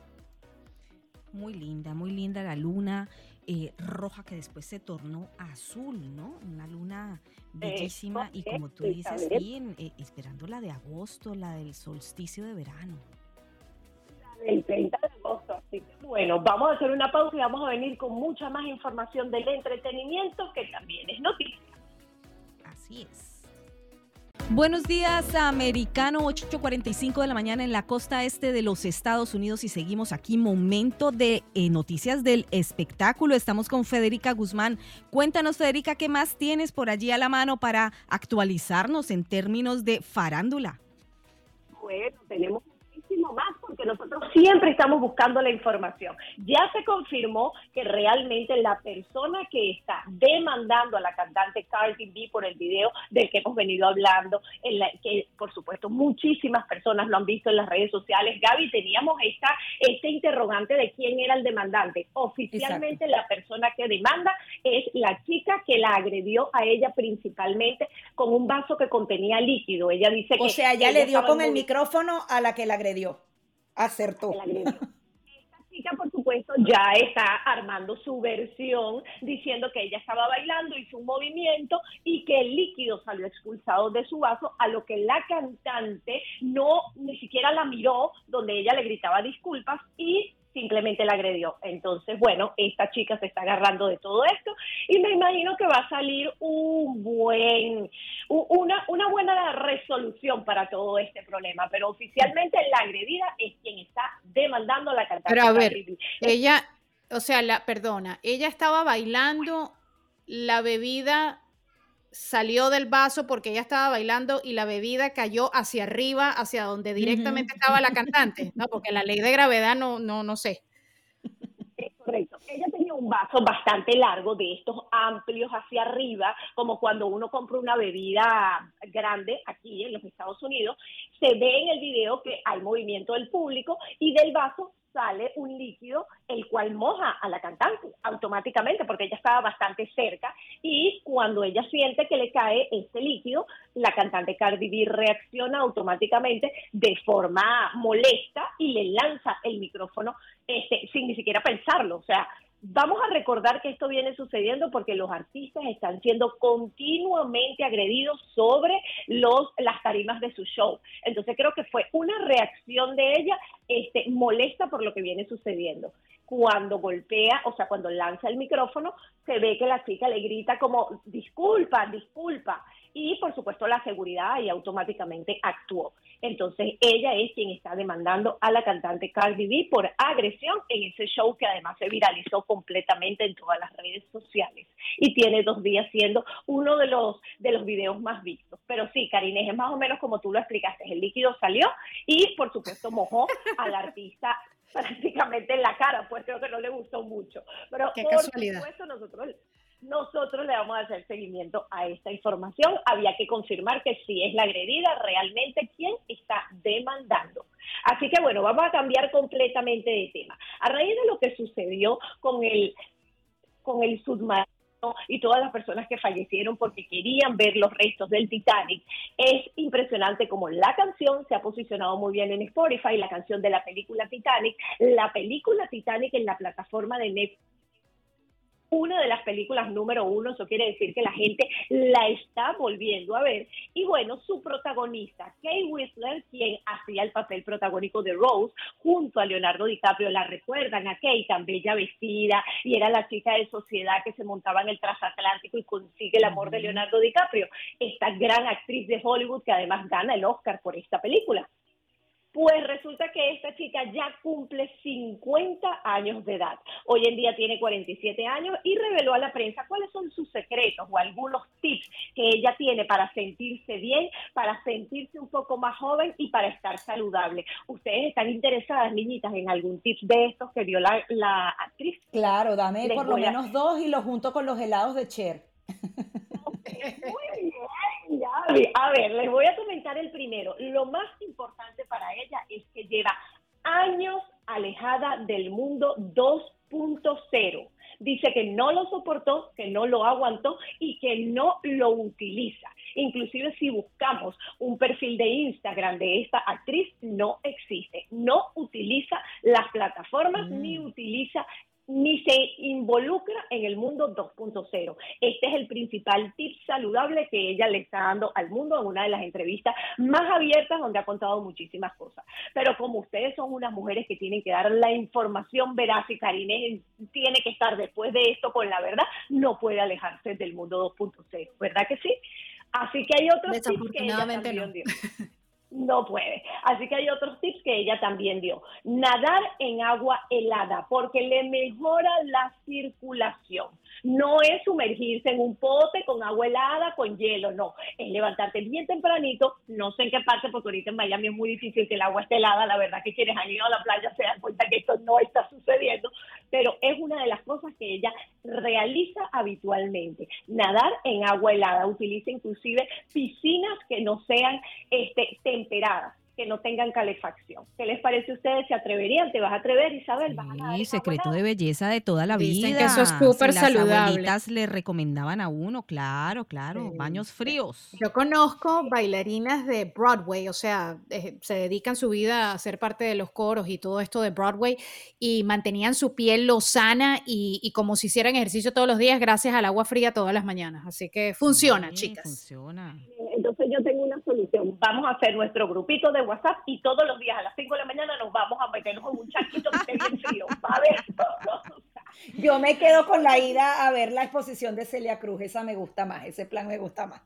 Muy linda, muy linda la luna eh, roja que después se tornó azul, ¿no? Una luna bellísima eh, y como tú dices, bien, eh, esperando la de agosto, la del solsticio de verano. El treinta de agosto, así que bueno, vamos a hacer una pausa y vamos a venir con mucha más información del entretenimiento, que también es noticia. Así es. Buenos días, americano, ocho cuarenta y cinco de la mañana en la costa este de los Estados Unidos, y seguimos aquí, momento de eh, noticias del espectáculo. Estamos con Federica Guzmán. Cuéntanos, Federica, ¿qué más tienes por allí a la mano para actualizarnos en términos de farándula? Bueno, tenemos más porque nosotros siempre estamos buscando la información. Ya se confirmó que realmente la persona que está demandando a la cantante Cardi B por el video del que hemos venido hablando, en la, que por supuesto muchísimas personas lo han visto en las redes sociales. Gaby, teníamos esta este interrogante de quién era el demandante. Oficialmente Exacto. La persona que demanda es la chica que la agredió a ella principalmente con un vaso que contenía líquido. Ella dice que... O sea, ella le dio con el micrófono a la que la agredió. Acertó. Esta chica, por supuesto, ya está armando su versión diciendo que ella estaba bailando, hizo un movimiento y que el líquido salió expulsado de su vaso, a lo que la cantante no ni siquiera la miró, donde ella le gritaba disculpas y simplemente la agredió. Entonces, bueno, esta chica se está agarrando de todo esto y me imagino que va a salir un buen, una, una buena resolución para todo este problema, pero oficialmente la agredida es quien está demandando a la cantante. Pero a ver, ella, o sea, la, perdona, ella estaba bailando, la bebida salió del vaso porque ella estaba bailando y la bebida cayó hacia arriba, hacia donde directamente uh-huh. estaba la cantante, ¿no? Porque la ley de gravedad no, no, no sé. Es correcto. Ella tenía un vaso bastante largo, de estos amplios hacia arriba, como cuando uno compra una bebida grande aquí en los Estados Unidos. Se ve en el video que hay movimiento del público y del vaso sale un líquido el cual moja a la cantante automáticamente porque ella estaba bastante cerca, y cuando ella siente que le cae este líquido, la cantante Cardi B reacciona automáticamente de forma molesta y le lanza el micrófono este, sin ni siquiera pensarlo. O sea, vamos a recordar que esto viene sucediendo porque los artistas están siendo continuamente agredidos sobre los, las tarimas de su show. Entonces creo que fue una reacción de ella este, molesta por lo que viene sucediendo. Cuando golpea, o sea, cuando lanza el micrófono, se ve que la chica le grita como, disculpa, disculpa. Y, por supuesto, la seguridad ahí automáticamente actuó. Entonces, ella es quien está demandando a la cantante Cardi B por agresión en ese show que además se viralizó completamente en todas las redes sociales. Y tiene dos días siendo uno de los, de los videos más vistos. Pero sí, Karine, es más o menos como tú lo explicaste. El líquido salió y, por supuesto, mojó al artista prácticamente en la cara, pues creo que no le gustó mucho. Pero Qué por casualidad. supuesto nosotros, nosotros le vamos a hacer seguimiento a esta información. Había que confirmar que sí es la agredida realmente quien está demandando. Así que bueno, vamos a cambiar completamente de tema. A raíz de lo que sucedió con el, con el submarino y todas las personas que fallecieron porque querían ver los restos del Titanic, es impresionante como la canción se ha posicionado muy bien en Spotify, la canción de la película Titanic, la película Titanic en la plataforma de Netflix, una de las películas número uno, eso quiere decir que la gente la está volviendo a ver. Y bueno, su protagonista, Kate Winslet, quien hacía el papel protagónico de Rose, junto a Leonardo DiCaprio, la recuerdan a Kate tan bella vestida, y era la chica de sociedad que se montaba en el transatlántico y consigue el amor de Leonardo DiCaprio, esta gran actriz de Hollywood que además gana el Oscar por esta película. Pues resulta que esta chica ya cumple cincuenta años de edad. Hoy en día tiene cuarenta y siete años y reveló a la prensa cuáles son sus secretos o algunos tips que ella tiene para sentirse bien, para sentirse un poco más joven y para estar saludable. ¿Ustedes están interesadas, niñitas, en algún tip de estos que dio la, la actriz? Claro, dame Les por lo voy a- menos dos y los junto con los helados de Cher. Muy bien, ya ve. A ver, les voy a comentar el primero. Lo más importante para ella es que lleva años alejada del mundo dos punto cero. Dice que no lo soportó, que no lo aguantó y que no lo utiliza. Inclusive si buscamos un perfil de Instagram de esta actriz, no existe. No utiliza las plataformas mm. ni utiliza ni se involucra en el mundo dos punto cero. Este es el principal tip saludable que ella le está dando al mundo en una de las entrevistas más abiertas donde ha contado muchísimas cosas. Pero como ustedes son unas mujeres que tienen que dar la información veraz y Karine tiene que estar después de esto con la verdad, no puede alejarse del mundo dos punto cero, ¿verdad que sí? Así que hay otros tips que ella también no. dio. No puede. Así que hay otros tips que ella también dio. Nadar en agua helada, porque le mejora la circulación. No es sumergirse en un pote con agua helada, con hielo, no. Es levantarte bien tempranito, no sé en qué parte, porque ahorita en Miami es muy difícil que el agua esté helada. La verdad que quienes han ido a la playa se dan cuenta que esto no está sucediendo, pero es una de las cosas que ella realiza habitualmente. Nadar en agua helada. Utiliza inclusive piscinas que no sean este, temperadas, que no tengan calefacción. ¿Qué les parece a ustedes? ¿Se atreverían? ¿Te vas a atrever, Isabel? ¿Vas a nadar Sí, en secreto agua de belleza de toda la Dicen vida. que eso es súper Si las saludable. abuelitas le recomendaban a uno, claro, claro, Sí. baños fríos. Yo conozco bailarinas de Broadway, o sea, eh, se dedican su vida a ser parte de los coros y todo esto de Broadway y mantenían su piel lozana y, y como si hicieran ejercicio todos los días gracias al agua fría todas las mañanas. Así que funciona, Sí, chicas. funciona. Entonces yo tengo una solución. Vamos a hacer nuestro grupito de WhatsApp y todos los días a las cinco de la mañana nos vamos a meternos en un charquito que esté bien frío. Va a ver. Yo me quedo con la ida a ver la exposición de Celia Cruz. Esa me gusta más, ese plan me gusta más.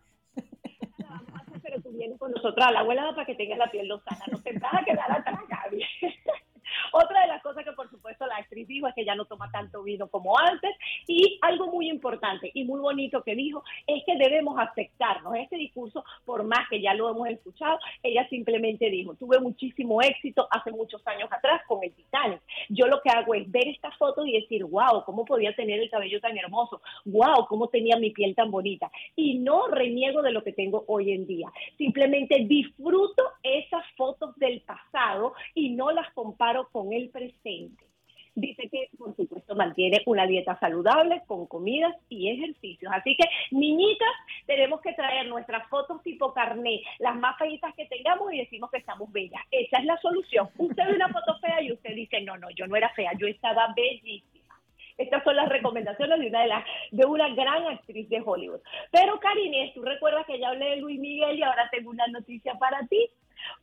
Pero tú vienes con nosotros a la abuela para que tengas la piel lozana. No te vas a quedar atrás, Gaby. Otra de las cosas que por supuesto la actriz dijo es que ya no toma tanto vino como antes, y algo muy importante y muy bonito que dijo es que debemos aceptarnos. Este discurso, por más que ya lo hemos escuchado, ella simplemente dijo: tuve muchísimo éxito hace muchos años atrás con el Titanic. Yo lo que hago es ver esta foto y decir, wow, cómo podía tener el cabello tan hermoso, wow, cómo tenía mi piel tan bonita, y no reniego de lo que tengo hoy en día. Simplemente disfruto esas fotos del pasado y no las comparo con el presente. Dice que, por supuesto, mantiene una dieta saludable con comidas y ejercicios. Así que, niñitas, tenemos que traer nuestras fotos tipo carné, las más feitas que tengamos, y decimos que estamos bellas. Esa es la solución. Usted ve una foto fea y usted dice, no, no, yo no era fea, yo estaba bellísima. Estas son las recomendaciones de una de las de una gran actriz de Hollywood. Pero, Karine, tú recuerdas que ya hablé de Luis Miguel y ahora tengo una noticia para ti.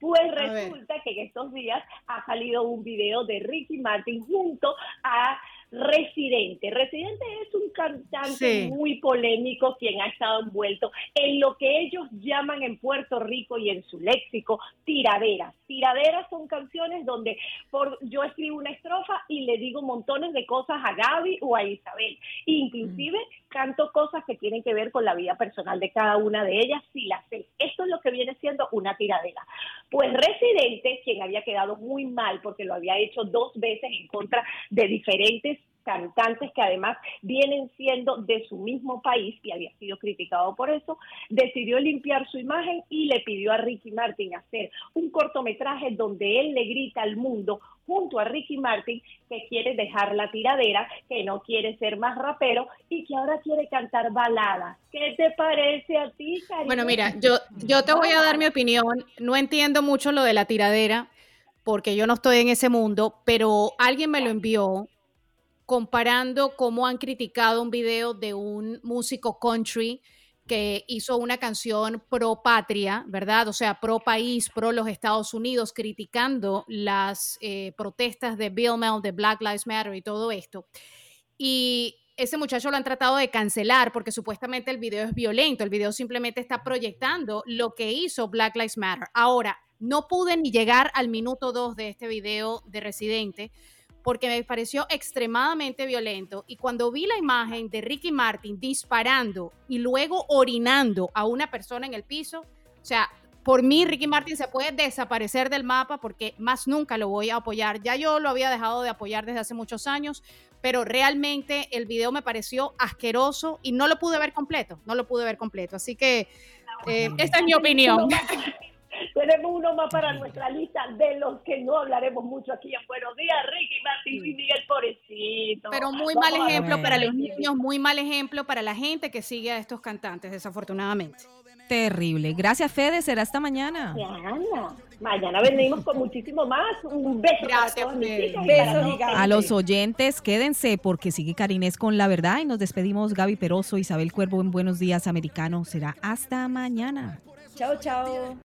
Pues resulta que en estos días ha salido un video de Ricky Martin junto a Residente. Residente es un cantante sí. muy polémico, quien ha estado envuelto en lo que ellos llaman en Puerto Rico y en su léxico tiraderas. Tiraderas son canciones donde por, yo escribo una estrofa y le digo montones de cosas a Gaby o a Isabel. Inclusive mm. canto cosas que tienen que ver con la vida personal de cada una de ellas, si las sé. Esto es lo que viene siendo una tiradera. Pues Residente, quien había quedado muy mal porque lo había hecho dos veces en contra de diferentes cantantes que además vienen siendo de su mismo país y había sido criticado por eso, decidió limpiar su imagen y le pidió a Ricky Martin hacer un cortometraje donde él le grita al mundo junto a Ricky Martin que quiere dejar la tiradera, que no quiere ser más rapero y que ahora quiere cantar baladas. ¿Qué te parece a ti, Karina? Bueno, mira, yo, yo te voy a dar mi opinión. No entiendo mucho lo de la tiradera porque yo no estoy en ese mundo, pero alguien me lo envió comparando cómo han criticado un video de un músico country que hizo una canción pro patria, ¿verdad? O sea, pro país, pro los Estados Unidos, criticando las eh, protestas de Bill Maher, de Black Lives Matter y todo esto. Y ese muchacho lo han tratado de cancelar porque supuestamente el video es violento. El video simplemente está proyectando lo que hizo Black Lives Matter. Ahora, no pude ni llegar al minuto dos de este video de Residente porque me pareció extremadamente violento, y cuando vi la imagen de Ricky Martin disparando y luego orinando a una persona en el piso, o sea, por mí Ricky Martin se puede desaparecer del mapa porque más nunca lo voy a apoyar. Ya yo lo había dejado de apoyar desde hace muchos años, pero realmente el video me pareció asqueroso y no lo pude ver completo, no lo pude ver completo, así que eh, esta es mi opinión. Tenemos uno más para nuestra lista de los que no hablaremos mucho aquí en Buenos Días, Ricky Martin y Miguel, pobrecito. Pero muy mal ejemplo para los niños, muy mal ejemplo para la gente que sigue a estos cantantes, desafortunadamente. Terrible. Gracias, Fede. Será hasta mañana. Mañana. Mañana venimos con muchísimo más. Un beso. Gracias, para Fede. Besos. A los oyentes, quédense porque sigue Karinés con La Verdad y nos despedimos Gaby Peroso, Isabel Cuervo en Buenos Días Americano. Será hasta mañana. Chao, chao.